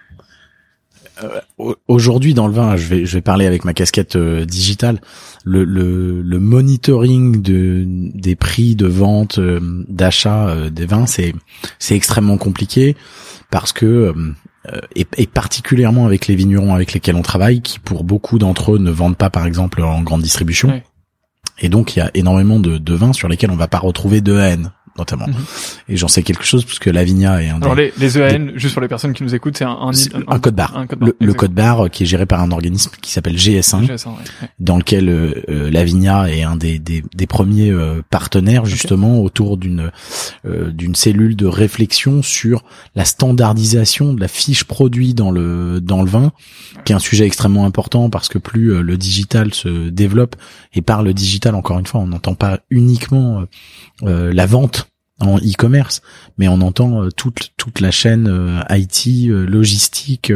Aujourd'hui dans le vin, je vais parler avec ma casquette digitale. Le monitoring des prix de vente, d'achat des vins, c'est extrêmement compliqué parce que et particulièrement avec les vignerons avec lesquels on travaille, qui pour beaucoup d'entre eux ne vendent pas par exemple en grande distribution. Ouais. Et donc il y a énormément de vins sur lesquels on va pas retrouver d'EAN notamment. Et j'en sais quelque chose parce que La Vigna est un Alors les EAN, juste pour les personnes qui nous écoutent, c'est un code barre. Le code barre qui est géré par un organisme qui s'appelle GS1, ouais. Dans lequel La Vigna est un des premiers partenaires justement autour d'une cellule de réflexion sur la standardisation de la fiche produit dans le vin, qui est un sujet extrêmement important parce que plus le digital se développe, et par le digital encore une fois, on n'entend pas uniquement la vente en e-commerce, mais on entend toute la chaîne IT, logistique,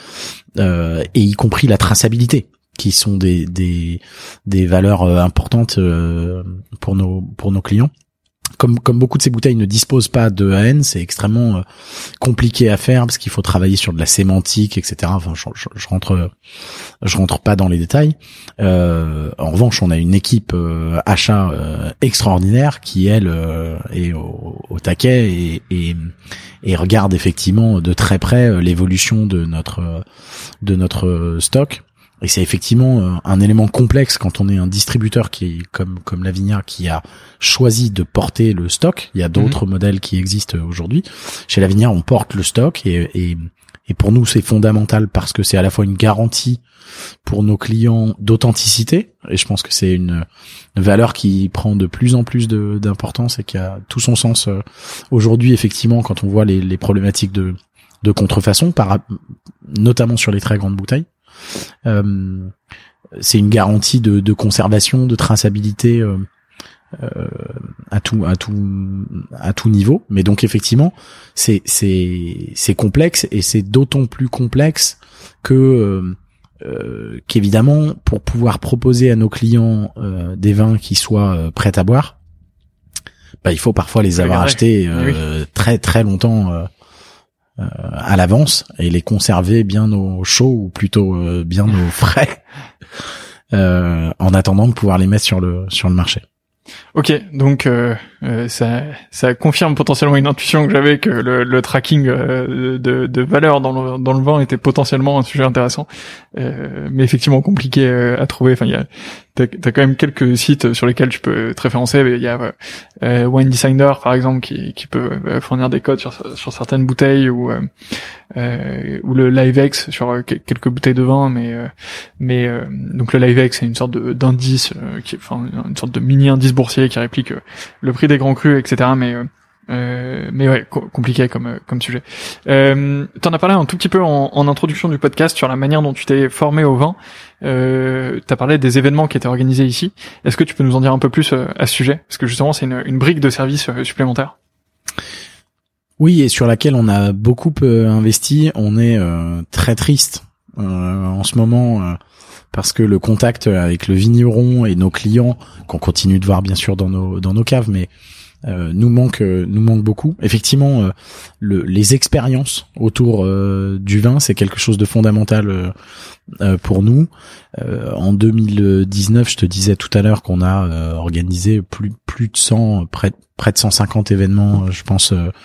et y compris la traçabilité, qui sont des valeurs importantes pour nos clients. Comme beaucoup de ces bouteilles ne disposent pas de AN, c'est extrêmement compliqué à faire parce qu'il faut travailler sur de la sémantique, etc. Enfin, je rentre pas dans les détails. En revanche, on a une équipe achat extraordinaire qui elle est au taquet et regarde effectivement de très près l'évolution de notre stock. Et c'est effectivement un élément complexe quand on est un distributeur qui est comme La Vigna, qui a choisi de porter le stock. Il y a d'autres modèles qui existent aujourd'hui. Chez La Vigna, on porte le stock et pour nous, c'est fondamental parce que c'est à la fois une garantie pour nos clients d'authenticité, et je pense que c'est une valeur qui prend de plus en plus d'importance et qui a tout son sens aujourd'hui, effectivement, quand on voit les problématiques de contrefaçon, notamment sur les très grandes bouteilles. C'est une garantie de conservation, de traçabilité à tout niveau. Mais donc effectivement, c'est complexe, et c'est d'autant plus complexe que qu'évidemment, pour pouvoir proposer à nos clients des vins qui soient prêts à boire, il faut parfois les avoir achetés très très longtemps à l'avance, et les conserver bien au chaud, ou plutôt bien au frais, en attendant de pouvoir les mettre sur le marché. Ok, donc ça confirme potentiellement une intuition que j'avais, que le tracking de valeur dans le vin était potentiellement un sujet intéressant, mais effectivement compliqué à trouver. Enfin, t'as quand même quelques sites sur lesquels tu peux te référencer. Il y a Wine Designer par exemple qui peut fournir des codes sur certaines bouteilles, ou le LiveX sur quelques bouteilles de vin, mais donc le LiveX c'est une sorte d'indice une sorte de mini indice boursier qui réplique le prix des grands crus, etc. Mais ouais, compliqué comme sujet. T'en as parlé un tout petit peu en introduction du podcast sur la manière dont tu t'es formé au vin. T'as parlé des événements qui étaient organisés ici. Est-ce que tu peux nous en dire un peu plus à ce sujet, parce que justement c'est une brique de service supplémentaire. Oui, et sur laquelle on a beaucoup investi. On est très triste en ce moment, parce que le contact avec le vigneron et nos clients, qu'on continue de voir bien sûr dans nos caves, mais nous manque beaucoup. Effectivement, les expériences autour du vin, c'est quelque chose de fondamental pour nous. En 2019, je te disais tout à l'heure qu'on a organisé plus de 100, près de 150 événements, je pense,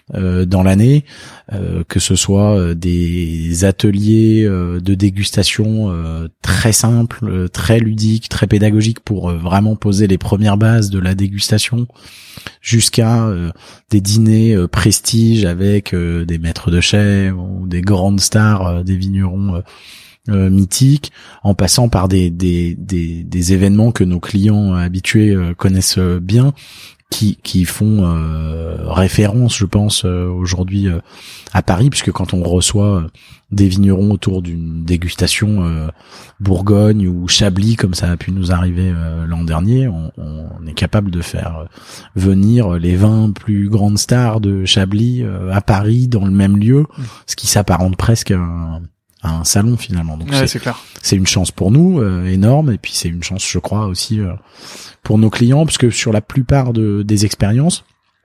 dans l'année, que ce soit des ateliers de dégustation très simples, très ludiques, très pédagogiques pour vraiment poser les premières bases de la dégustation, jusqu'à des dîners prestige avec des maîtres de chais ou des grandes stars des vignerons mythiques, en passant par des événements que nos clients habitués connaissent bien, qui font référence, je pense, aujourd'hui à Paris, puisque quand on reçoit des vignerons autour d'une dégustation Bourgogne ou Chablis, comme ça a pu nous arriver l'an dernier, on est capable de faire venir les 20 plus grandes stars de Chablis à Paris dans le même lieu, ce qui s'apparente presque à un salon finalement. Donc c'est clair. C'est une chance pour nous énorme, et puis c'est une chance, je crois, aussi pour nos clients, parce que sur la plupart des expériences,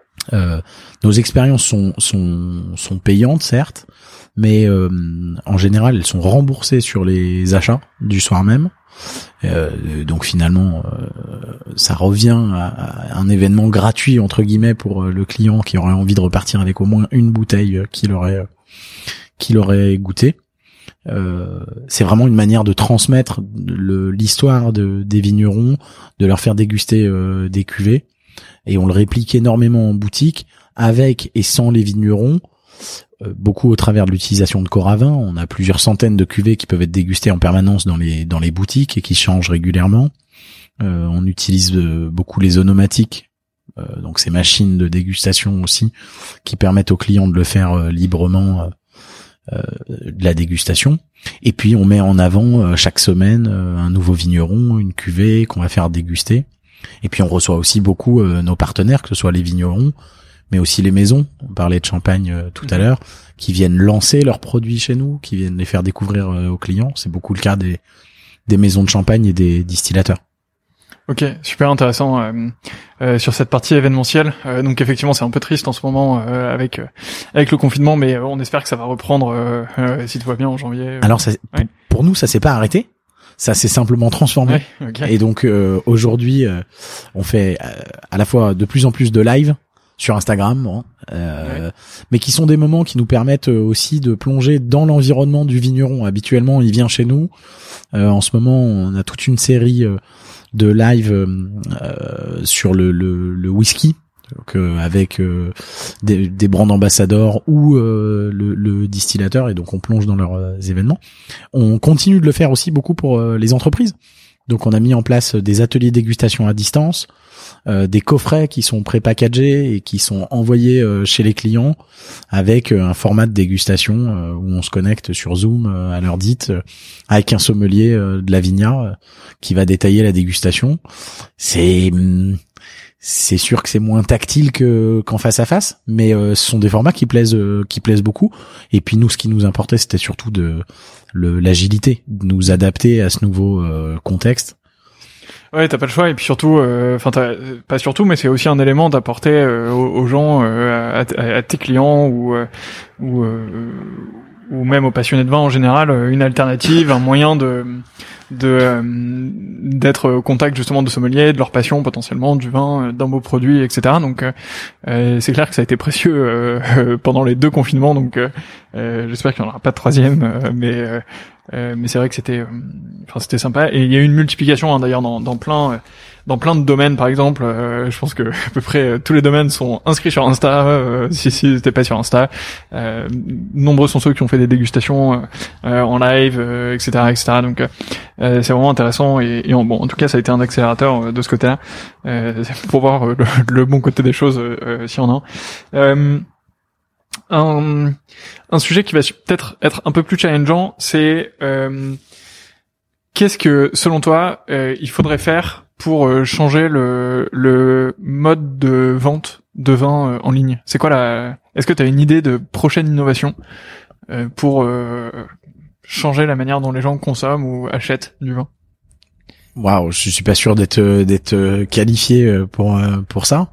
nos expériences sont payantes certes, mais en général elles sont remboursées sur les achats du soir même. Donc finalement ça revient à un événement gratuit entre guillemets pour le client qui aurait envie de repartir avec au moins une bouteille qu'il aurait goûté. C'est vraiment une manière de transmettre l'histoire des vignerons, de leur faire déguster des cuvées, et on le réplique énormément en boutique avec et sans les vignerons, beaucoup au travers de l'utilisation de corps à vin. On a plusieurs centaines de cuvées qui peuvent être dégustées en permanence dans les boutiques et qui changent régulièrement. On utilise beaucoup les onomatiques, donc ces machines de dégustation aussi, qui permettent aux clients de le faire librement de la dégustation. Et puis on met en avant chaque semaine un nouveau vigneron, une cuvée qu'on va faire déguster. Et puis on reçoit aussi beaucoup nos partenaires, que ce soit les vignerons, mais aussi les maisons. On parlait de champagne tout à l'heure, qui viennent lancer leurs produits chez nous, qui viennent les faire découvrir aux clients. C'est beaucoup le cas des maisons de champagne et des distillateurs. Ok, super intéressant sur cette partie événementielle. Donc effectivement, c'est un peu triste en ce moment avec le confinement, mais on espère que ça va reprendre si tout va bien en janvier. Alors pour nous, ça s'est pas arrêté. Ça s'est simplement transformé. Ouais, okay. Et donc aujourd'hui, on fait à la fois de plus en plus de live sur Instagram, mais qui sont des moments qui nous permettent aussi de plonger dans l'environnement du vigneron. Habituellement, il vient chez nous. En ce moment, on a toute une série de live sur le whisky, donc, avec des brands ambassadeurs ou le distillateur, et donc on plonge dans leurs événements. On continue de le faire aussi beaucoup pour les entreprises. Donc on a mis en place des ateliers de dégustation à distance, des coffrets qui sont pré-packagés et qui sont envoyés chez les clients avec un format de dégustation où on se connecte sur Zoom à l'heure dite avec un sommelier de la Vigna qui va détailler la dégustation. C'est sûr que c'est moins tactile qu'en face à face, mais ce sont des formats qui plaisent beaucoup. Et puis nous, ce qui nous importait, c'était surtout l'agilité, de nous adapter à ce nouveau contexte. Ouais, t'as pas le choix, et puis surtout, pas surtout, mais c'est aussi un élément d'apporter aux gens, à tes clients ou même aux passionnés de vin en général, une alternative, un moyen d'être au contact justement de sommeliers, de leur passion potentiellement, du vin, d'un beau produit, etc. Donc c'est clair que ça a été précieux pendant les 2 confinements, donc j'espère qu'il n'y en aura pas de troisième, mais c'est vrai que c'était sympa. Et il y a eu une multiplication d'ailleurs dans plein de domaines. Par exemple, je pense que à peu près tous les domaines sont inscrits sur Insta, si c'était pas sur Insta. Nombreux sont ceux qui ont fait des dégustations en live, etc. Donc c'est vraiment intéressant, et en tout cas ça a été un accélérateur de ce côté-là, pour voir le bon côté des choses, si on en a. Un sujet qui va peut-être être un peu plus challengeant, c'est qu'est-ce que, selon toi, il faudrait faire pour changer le mode de vente de vin en ligne? C'est quoi est-ce que tu as une idée de prochaine innovation pour changer la manière dont les gens consomment ou achètent du vin? Waouh, je suis pas sûr d'être qualifié pour ça.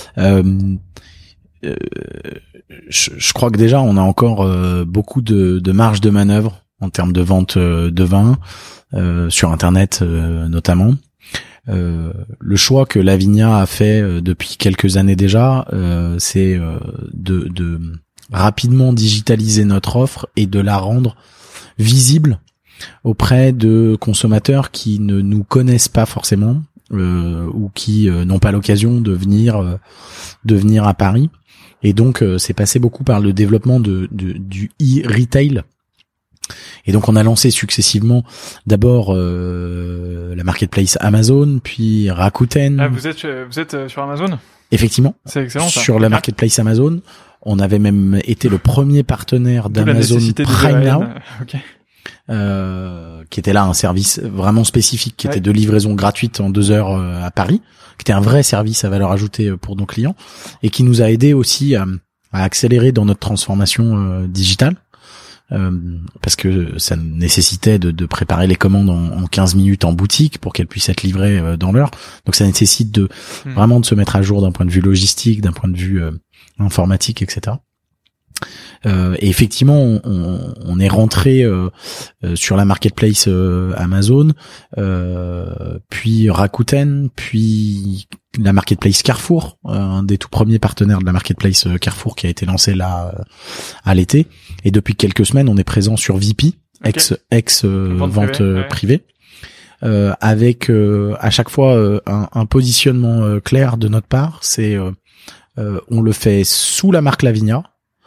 Je crois que déjà on a encore beaucoup de marge de manœuvre en termes de vente de vin sur Internet notamment. Le choix que Lavinia a fait depuis quelques années déjà, c'est de rapidement digitaliser notre offre et de la rendre visible auprès de consommateurs qui ne nous connaissent pas forcément ou qui n'ont pas l'occasion de venir à Paris. Et donc c'est passé beaucoup par le développement du e-retail. Et donc on a lancé successivement d'abord la marketplace Amazon, puis Rakuten. Ah, vous êtes sur Amazon ? Effectivement. C'est excellent ça. Sur la marketplace Amazon, on avait même été le premier partenaire d'Amazon Prime Now. Okay. Qui était là un service vraiment spécifique, qui était de livraison gratuite en 2 heures à Paris, qui était un vrai service à valeur ajoutée pour nos clients et qui nous a aidé aussi à accélérer dans notre transformation digitale. Parce que ça nécessitait de préparer les commandes en 15 minutes en boutique pour qu'elles puissent être livrées dans l'heure. Donc ça nécessite vraiment de se mettre à jour d'un point de vue logistique, d'un point de vue informatique, etc. Et effectivement, on est rentré sur la marketplace Amazon, puis Rakuten, puis la marketplace Carrefour, un des tout premiers partenaires de la marketplace Carrefour qui a été lancé là à l'été. Et depuis quelques semaines, on est présent sur VP, ex vente privée, avec à chaque fois un positionnement clair de notre part. C'est on le fait sous la marque Lavinia.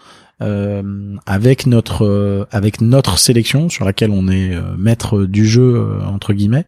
Avec notre sélection sur laquelle on est maître du jeu entre guillemets.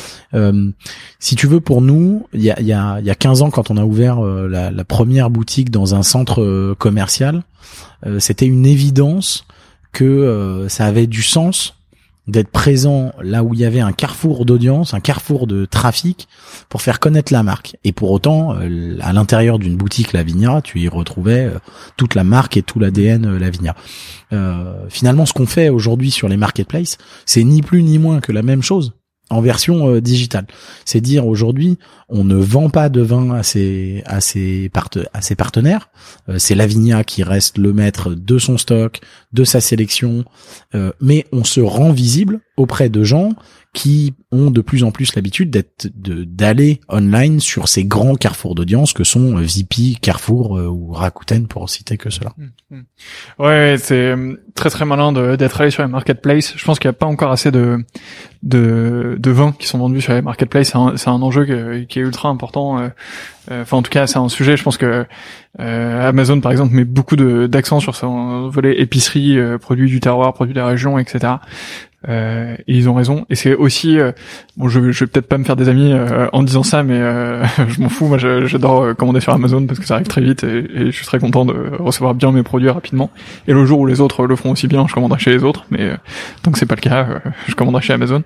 Si tu veux, pour nous, il y a 15 ans, quand on a ouvert la première boutique dans un centre commercial, c'était une évidence que ça avait du sens d'être présent là où il y avait un carrefour d'audience, un carrefour de trafic pour faire connaître la marque. Et pour autant, à l'intérieur d'une boutique Lavinia, tu y retrouvais toute la marque et tout l'ADN Lavinia. Finalement, ce qu'on fait aujourd'hui sur les marketplaces, c'est ni plus ni moins que la même chose en version digitale. C'est dire aujourd'hui, on ne vend pas de vin à ses partenaires. C'est Lavinia qui reste le maître de son stock, de sa sélection, mais on se rend visible auprès de gens qui ont de plus en plus l'habitude d'aller online sur ces grands carrefours d'audience que sont VP, Carrefour ou Rakuten, pour citer que cela. Ouais, c'est très très malin d'être allé sur les marketplaces. Je pense qu'il n'y a pas encore assez de vins qui sont vendus sur les marketplaces. C'est un enjeu qui est ultra important. Enfin, en tout cas, c'est un sujet. Je pense que Amazon, par exemple, met beaucoup d'accent sur son volet épicerie, produits du terroir, produits des régions, etc. Et ils ont raison. Et c'est aussi bon, je vais peut-être pas me faire des amis en disant ça, mais je m'en fous. Moi, j'adore commander sur Amazon parce que ça arrive très vite et je suis très content de recevoir bien mes produits rapidement. Et le jour où les autres le feront aussi bien, je commanderai chez les autres. Mais tant que c'est pas le cas, je commanderai chez Amazon.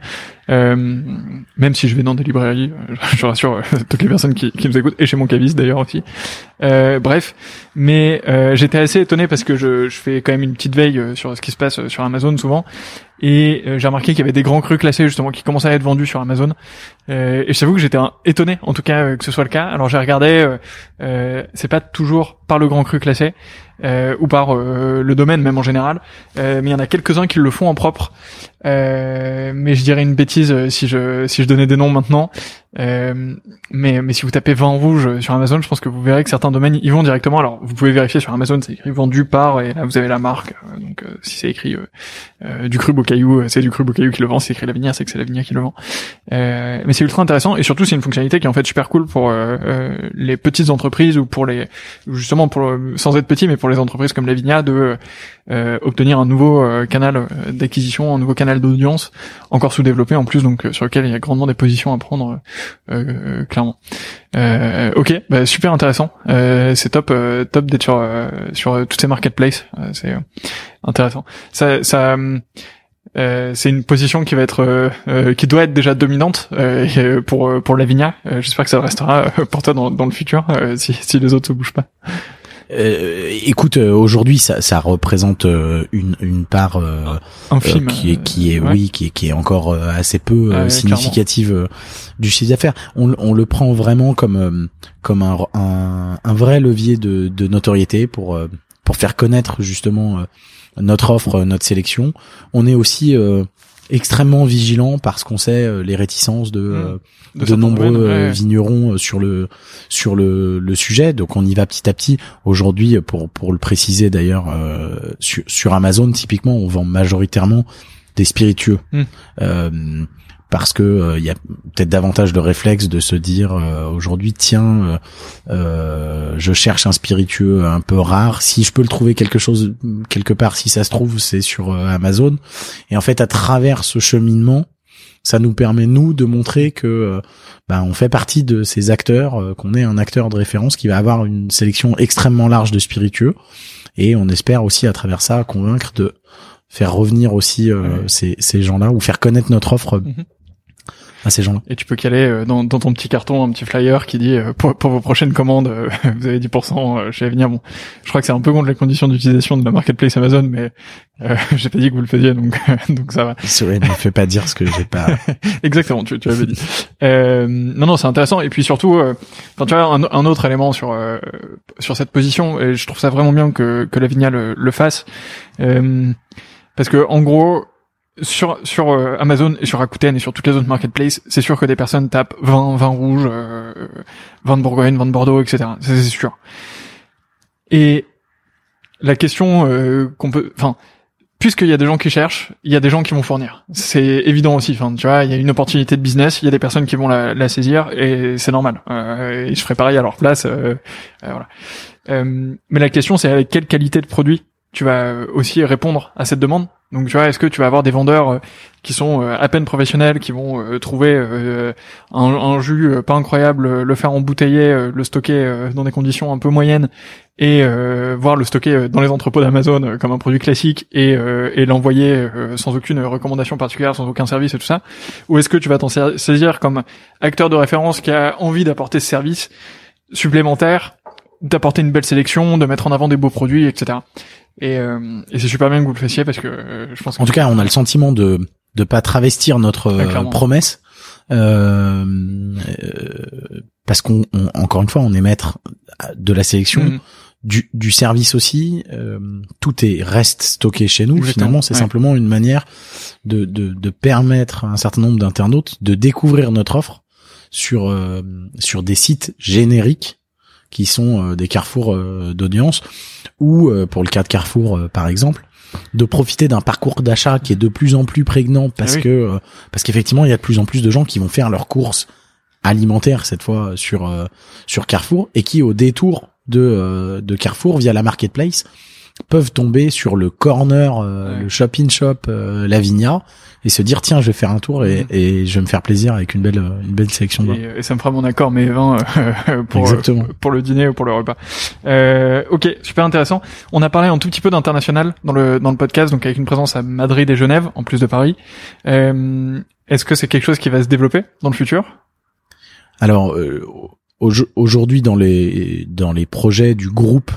Même si je vais dans des librairies, je rassure toutes les personnes qui nous écoutent, et chez mon caviste d'ailleurs aussi. Bref, mais j'étais assez étonné parce que je fais quand même une petite veille sur ce qui se passe sur Amazon souvent, et j'ai remarqué qu'il y avait des grands crus classés justement qui commençaient à être vendus sur Amazon, et je t'avoue que j'étais étonné en tout cas que ce soit le cas. Alors j'ai regardé, c'est pas toujours par le grand cru classé ou par le domaine même en général, mais il y en a quelques-uns qui le font en propre. Mais je dirais une bêtise si je donnais des noms maintenant. Mais si vous tapez vin rouge sur Amazon, je pense que vous verrez que certains domaines y vont directement. Alors vous pouvez vérifier sur Amazon, c'est écrit vendu par, et là vous avez la marque. Donc si c'est écrit du cru Beaucaillou, c'est du cru Beaucaillou qui le vend. Si c'est écrit Lavinia, c'est que c'est Lavinia qui le vend. Mais c'est ultra intéressant, et surtout c'est une fonctionnalité qui est en fait super cool pour les petites entreprises, ou pour sans être petit, mais pour les entreprises comme Lavinia, de obtenir un nouveau canal d'acquisition, un nouveau canal d'audience encore sous-développé en plus, donc sur lequel il y a grandement des positions à prendre, clairement. Ok, bah super intéressant. C'est top d'être sur toutes ces marketplaces. C'est intéressant. Ça c'est une position qui va être qui doit être déjà dominante pour Lavinia. J'espère que ça restera pour toi dans le futur, si les autres se bougent pas. Écoute, aujourd'hui ça représente une part infime, qui est encore assez peu significative du chiffre d'affaires. On le prend vraiment comme un vrai levier de notoriété pour faire connaître justement notre offre, notre sélection. On est aussi extrêmement vigilant parce qu'on sait les réticences de nombreux vignerons sur le sujet. Donc on y va petit à petit. Aujourd'hui, pour le préciser d'ailleurs, sur Amazon typiquement, on vend majoritairement des spiritueux. Parce que il y a peut-être davantage de réflexe de se dire aujourd'hui tiens je cherche un spiritueux un peu rare, si je peux le trouver quelque part, si ça se trouve c'est sur Amazon. Et en fait à travers ce cheminement, ça nous permet nous de montrer que on fait partie de ces acteurs, qu'on est un acteur de référence qui va avoir une sélection extrêmement large de spiritueux, et on espère aussi à travers ça convaincre de faire revenir aussi ces gens-là, ou faire connaître notre offre à ces gens-là. Et tu peux caler dans ton petit carton un petit flyer qui dit pour vos prochaines commandes vous avez 10% chez Avinia. Bon, je crois que c'est un peu contre les conditions d'utilisation de la marketplace Amazon, mais j'ai pas dit que vous le faisiez, donc ça va. Ne me fais pas dire ce que j'ai pas. Exactement, tu avais dit. Non, c'est intéressant. Et puis surtout, tu vois, un autre élément sur cette position, et je trouve ça vraiment bien que l'Avinia le fasse, parce que en gros, sur Amazon et sur Rakuten et sur toutes les autres marketplaces, c'est sûr que des personnes tapent vin rouge, vin de Bourgogne, vin de Bordeaux, etc. Ça, c'est sûr. Et la question puisqu'il y a des gens qui cherchent, il y a des gens qui vont fournir. C'est évident aussi. Enfin, tu vois, il y a une opportunité de business, il y a des personnes qui vont la saisir, et c'est normal. Et je ferai pareil à leur place. Voilà. Mais la question, c'est avec quelle qualité de produit tu vas aussi répondre à cette demande. Donc tu vois, est-ce que tu vas avoir des vendeurs qui sont à peine professionnels, qui vont trouver un jus pas incroyable, le faire embouteiller, le stocker dans des conditions un peu moyennes, et voir le stocker dans les entrepôts d'Amazon comme un produit classique, et l'envoyer sans aucune recommandation particulière, sans aucun service et tout ça? Ou est-ce que tu vas t'en saisir comme acteur de référence qui a envie d'apporter ce service supplémentaire, d'apporter une belle sélection, de mettre en avant des beaux produits, etc. Et c'est super bien que vous le fassiez, parce que je pense que... En tout cas, on a le sentiment de pas travestir notre promesse, parce qu'on encore une fois, on est maître de la sélection, du service aussi. Tout reste stocké chez nous. Exactement. Finalement, c'est simplement une manière de permettre à un certain nombre d'internautes de découvrir notre offre sur des sites génériques qui sont des carrefours d'audience, ou pour le cas de Carrefour par exemple, de profiter d'un parcours d'achat qui est de plus en plus prégnant, parce qu'effectivement il y a de plus en plus de gens qui vont faire leurs courses alimentaires cette fois sur Carrefour, et qui au détour de Carrefour via la marketplace peuvent tomber sur le corner, le shop-in-shop Lavinia, et se dire tiens, je vais faire un tour et je vais me faire plaisir avec une belle sélection de vins. Et ça me fera mon accord mes vins pour le dîner ou pour le repas. Ok, super intéressant. On a parlé un tout petit peu d'international dans le podcast, donc avec une présence à Madrid et Genève en plus de Paris. Est-ce que c'est quelque chose qui va se développer dans le futur? Alors aujourd'hui dans les projets du groupe,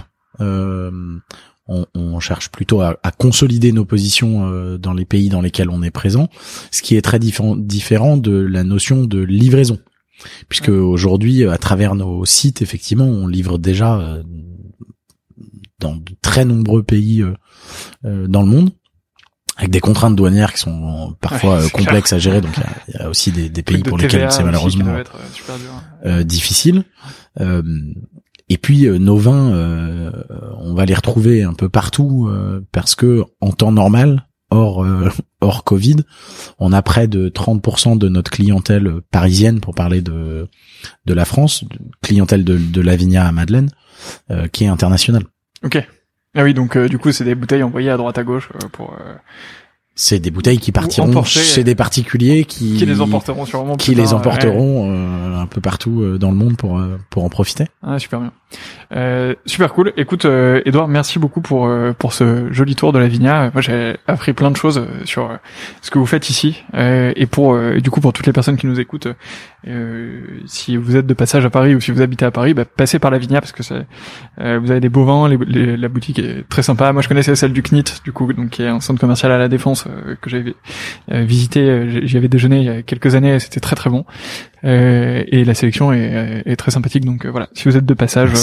on cherche plutôt à consolider nos positions dans les pays dans lesquels on est présent, ce qui est très différent de la notion de livraison, puisque aujourd'hui, à travers nos sites, effectivement, on livre déjà dans de très nombreux pays dans le monde, avec des contraintes douanières qui sont parfois complexes à gérer. Donc il y a aussi des pays pour lesquels c'est malheureusement difficile. Et puis nos vins, on va les retrouver un peu partout, parce que en temps normal, hors Covid, on a près de 30% de notre clientèle parisienne, pour parler de la France, clientèle de Lavinia à Madeleine, qui est internationale. Ok. Ah oui, donc du coup c'est des bouteilles envoyées à droite à gauche pour... C'est des bouteilles qui partiront chez des particuliers qui les emporteront sûrement. Un peu partout dans le monde pour en profiter. Ah, super bien. Super cool. Écoute, Edouard, merci beaucoup pour ce joli tour de Lavinia. Moi, j'ai appris plein de choses sur ce que vous faites ici, et du coup pour toutes les personnes qui nous écoutent, si vous êtes de passage à Paris ou si vous habitez à Paris, passez par Lavinia, parce que vous avez des beaux vins, la boutique est très sympa. Moi, je connaissais celle du CNIT, du coup, donc qui est un centre commercial à La Défense, que j'avais visité. J'y avais déjeuné il y a quelques années, et c'était très très bon. et la sélection est très sympathique. Donc voilà, si vous êtes de passage,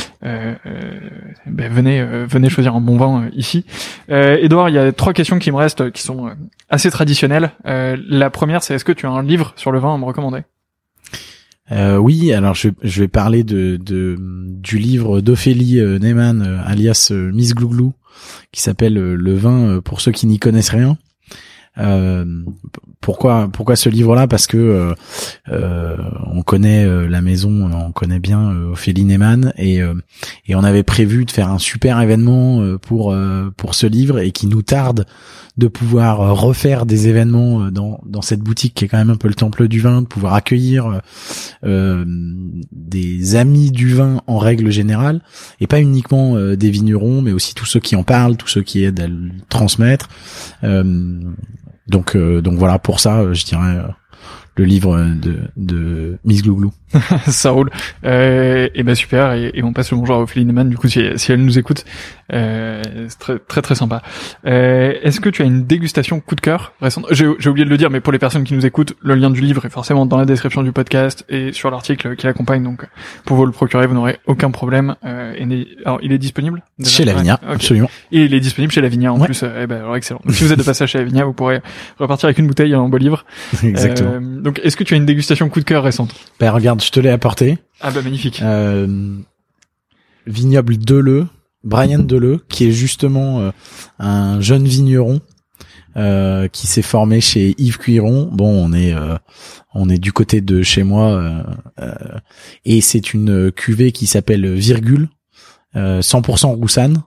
venez choisir un bon vin ici. Edouard, il y a 3 questions qui me restent, qui sont assez traditionnelles. La première, c'est est-ce que tu as un livre sur le vin à me recommander? Oui, alors je vais parler du livre d'Ophélie Neyman, alias Miss Glouglou, qui s'appelle Le vin pour ceux qui n'y connaissent rien. Pourquoi ce livre-là? Parce que on connaît la maison, on connaît bien Ophélie Neyman, et on avait prévu de faire un super événement pour ce livre, et qui nous tarde de pouvoir refaire des événements dans cette boutique qui est quand même un peu le temple du vin, de pouvoir accueillir des amis du vin en règle générale, et pas uniquement des vignerons, mais aussi tous ceux qui en parlent, tous ceux qui aident à le transmettre. Donc voilà, pour ça, je dirais le livre de Miss Glouglou. Ça roule. Et ben super. Et on passe le bonjour à Ophélie Neyman, du coup, si elle nous écoute. C'est très, très, très sympa. Est-ce que tu as une dégustation coup de cœur récente? J'ai oublié de le dire, mais pour les personnes qui nous écoutent, le lien du livre est forcément dans la description du podcast et sur l'article qui l'accompagne. Donc, pour vous le procurer, vous n'aurez aucun problème. Alors, il est disponible déjà? Chez Lavinia, okay. Absolument. Et il est disponible chez Lavinia en plus. Alors excellent. Donc, si vous êtes de passage chez Lavinia, vous pourrez repartir avec une bouteille et un beau livre. Exactement. Donc, est-ce que tu as une dégustation coup de cœur récente? Ben regarde, je te l'ai apporté. Ah bah magnifique. Vignoble Deleu, Brian Deleu, qui est justement un jeune vigneron qui s'est formé chez Yves Cuiron. Bon, on est du côté de chez moi, et c'est une cuvée qui s'appelle Virgule, 100% Roussanne.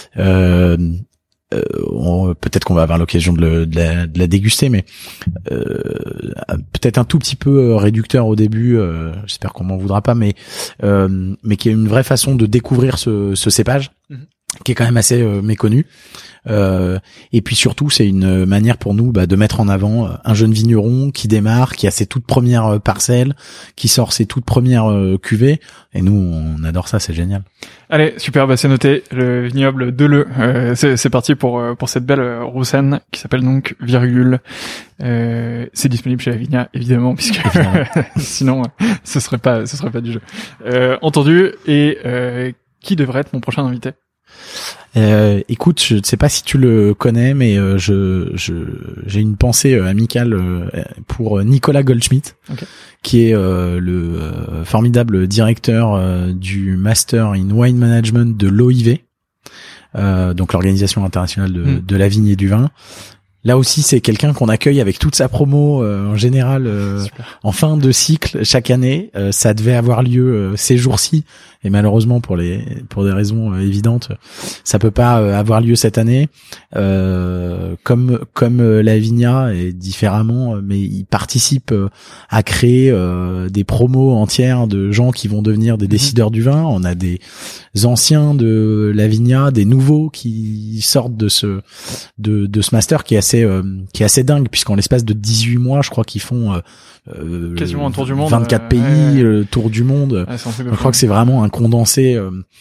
Peut-être qu'on va avoir l'occasion de la déguster, mais peut-être un tout petit peu réducteur au début. J'espère qu'on m'en voudra pas, mais qui est une vraie façon de découvrir ce cépage, qui est quand même assez méconnu. Et puis surtout, c'est une manière pour nous de mettre en avant un jeune vigneron qui démarre, qui a ses toutes premières parcelles, qui sort ses toutes premières cuvées. Et nous, on adore ça, c'est génial. Allez, super, c'est noté. Le vignoble Deleu. C'est parti pour cette belle Roussanne qui s'appelle donc Virgule. C'est disponible chez Lavinia, évidemment, puisque sinon, ce serait pas du jeu. Entendu. Et qui devrait être mon prochain invité? Écoute, je ne sais pas si tu le connais, mais j'ai une pensée amicale pour Nicolas Goldschmidt, okay, qui est le formidable directeur du Master in Wine Management de l'OIV, donc l'Organisation internationale de la vigne et du vin. Là aussi, c'est quelqu'un qu'on accueille avec toute sa promo en général en fin de cycle chaque année. Ça devait avoir lieu ces jours-ci, et malheureusement pour des raisons évidentes, ça peut pas avoir lieu cette année. Comme Lavinia et différemment, mais il participe à créer des promos entières de gens qui vont devenir des décideurs du vin. On a des anciens de Lavinia, des nouveaux qui sortent de ce master qui est assez dingue, puisqu'en l'espace de 18 mois, je crois qu'ils font quasiment un tour du monde, 24 pays, le tour du monde. Je crois que c'est vraiment un condensé,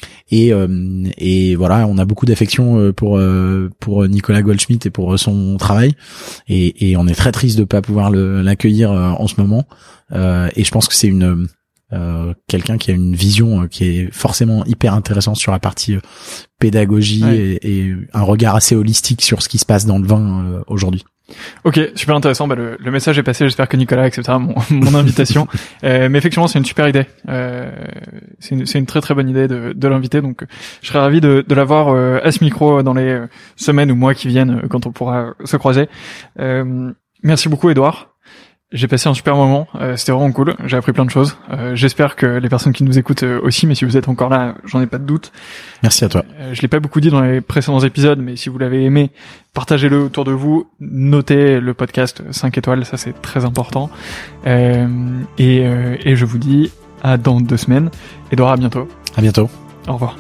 et voilà, on a beaucoup d'affection pour Nicolas Goldschmidt et pour son travail, et on est très triste de pas pouvoir l'accueillir en ce moment, et je pense que c'est quelqu'un qui a une vision qui est forcément hyper intéressante sur la partie pédagogie, et un regard assez holistique sur ce qui se passe dans le vin aujourd'hui. Ok, super intéressant. Le message est passé. J'espère que Nicolas acceptera mon invitation. Mais effectivement, c'est une super idée. C'est une très très bonne idée de l'inviter. Donc, je serais ravi de l'avoir à ce micro dans les semaines ou mois qui viennent, quand on pourra se croiser. Merci beaucoup, Edouard. J'ai passé un super moment, c'était vraiment cool, j'ai appris plein de choses. J'espère que les personnes qui nous écoutent aussi, mais si vous êtes encore là, j'en ai pas de doute. Merci à toi. Je l'ai pas beaucoup dit dans les précédents épisodes, mais si vous l'avez aimé, partagez-le autour de vous, notez le podcast 5 étoiles, ça c'est très important. Et je vous dis à dans 2 semaines. Edouard, à bientôt. À bientôt. Au revoir.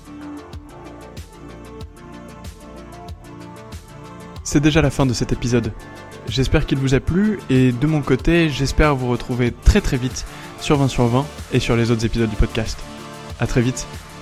C'est déjà la fin de cet épisode. J'espère qu'il vous a plu, et de mon côté, j'espère vous retrouver très très vite sur 20 sur 20 et sur les autres épisodes du podcast. À très vite.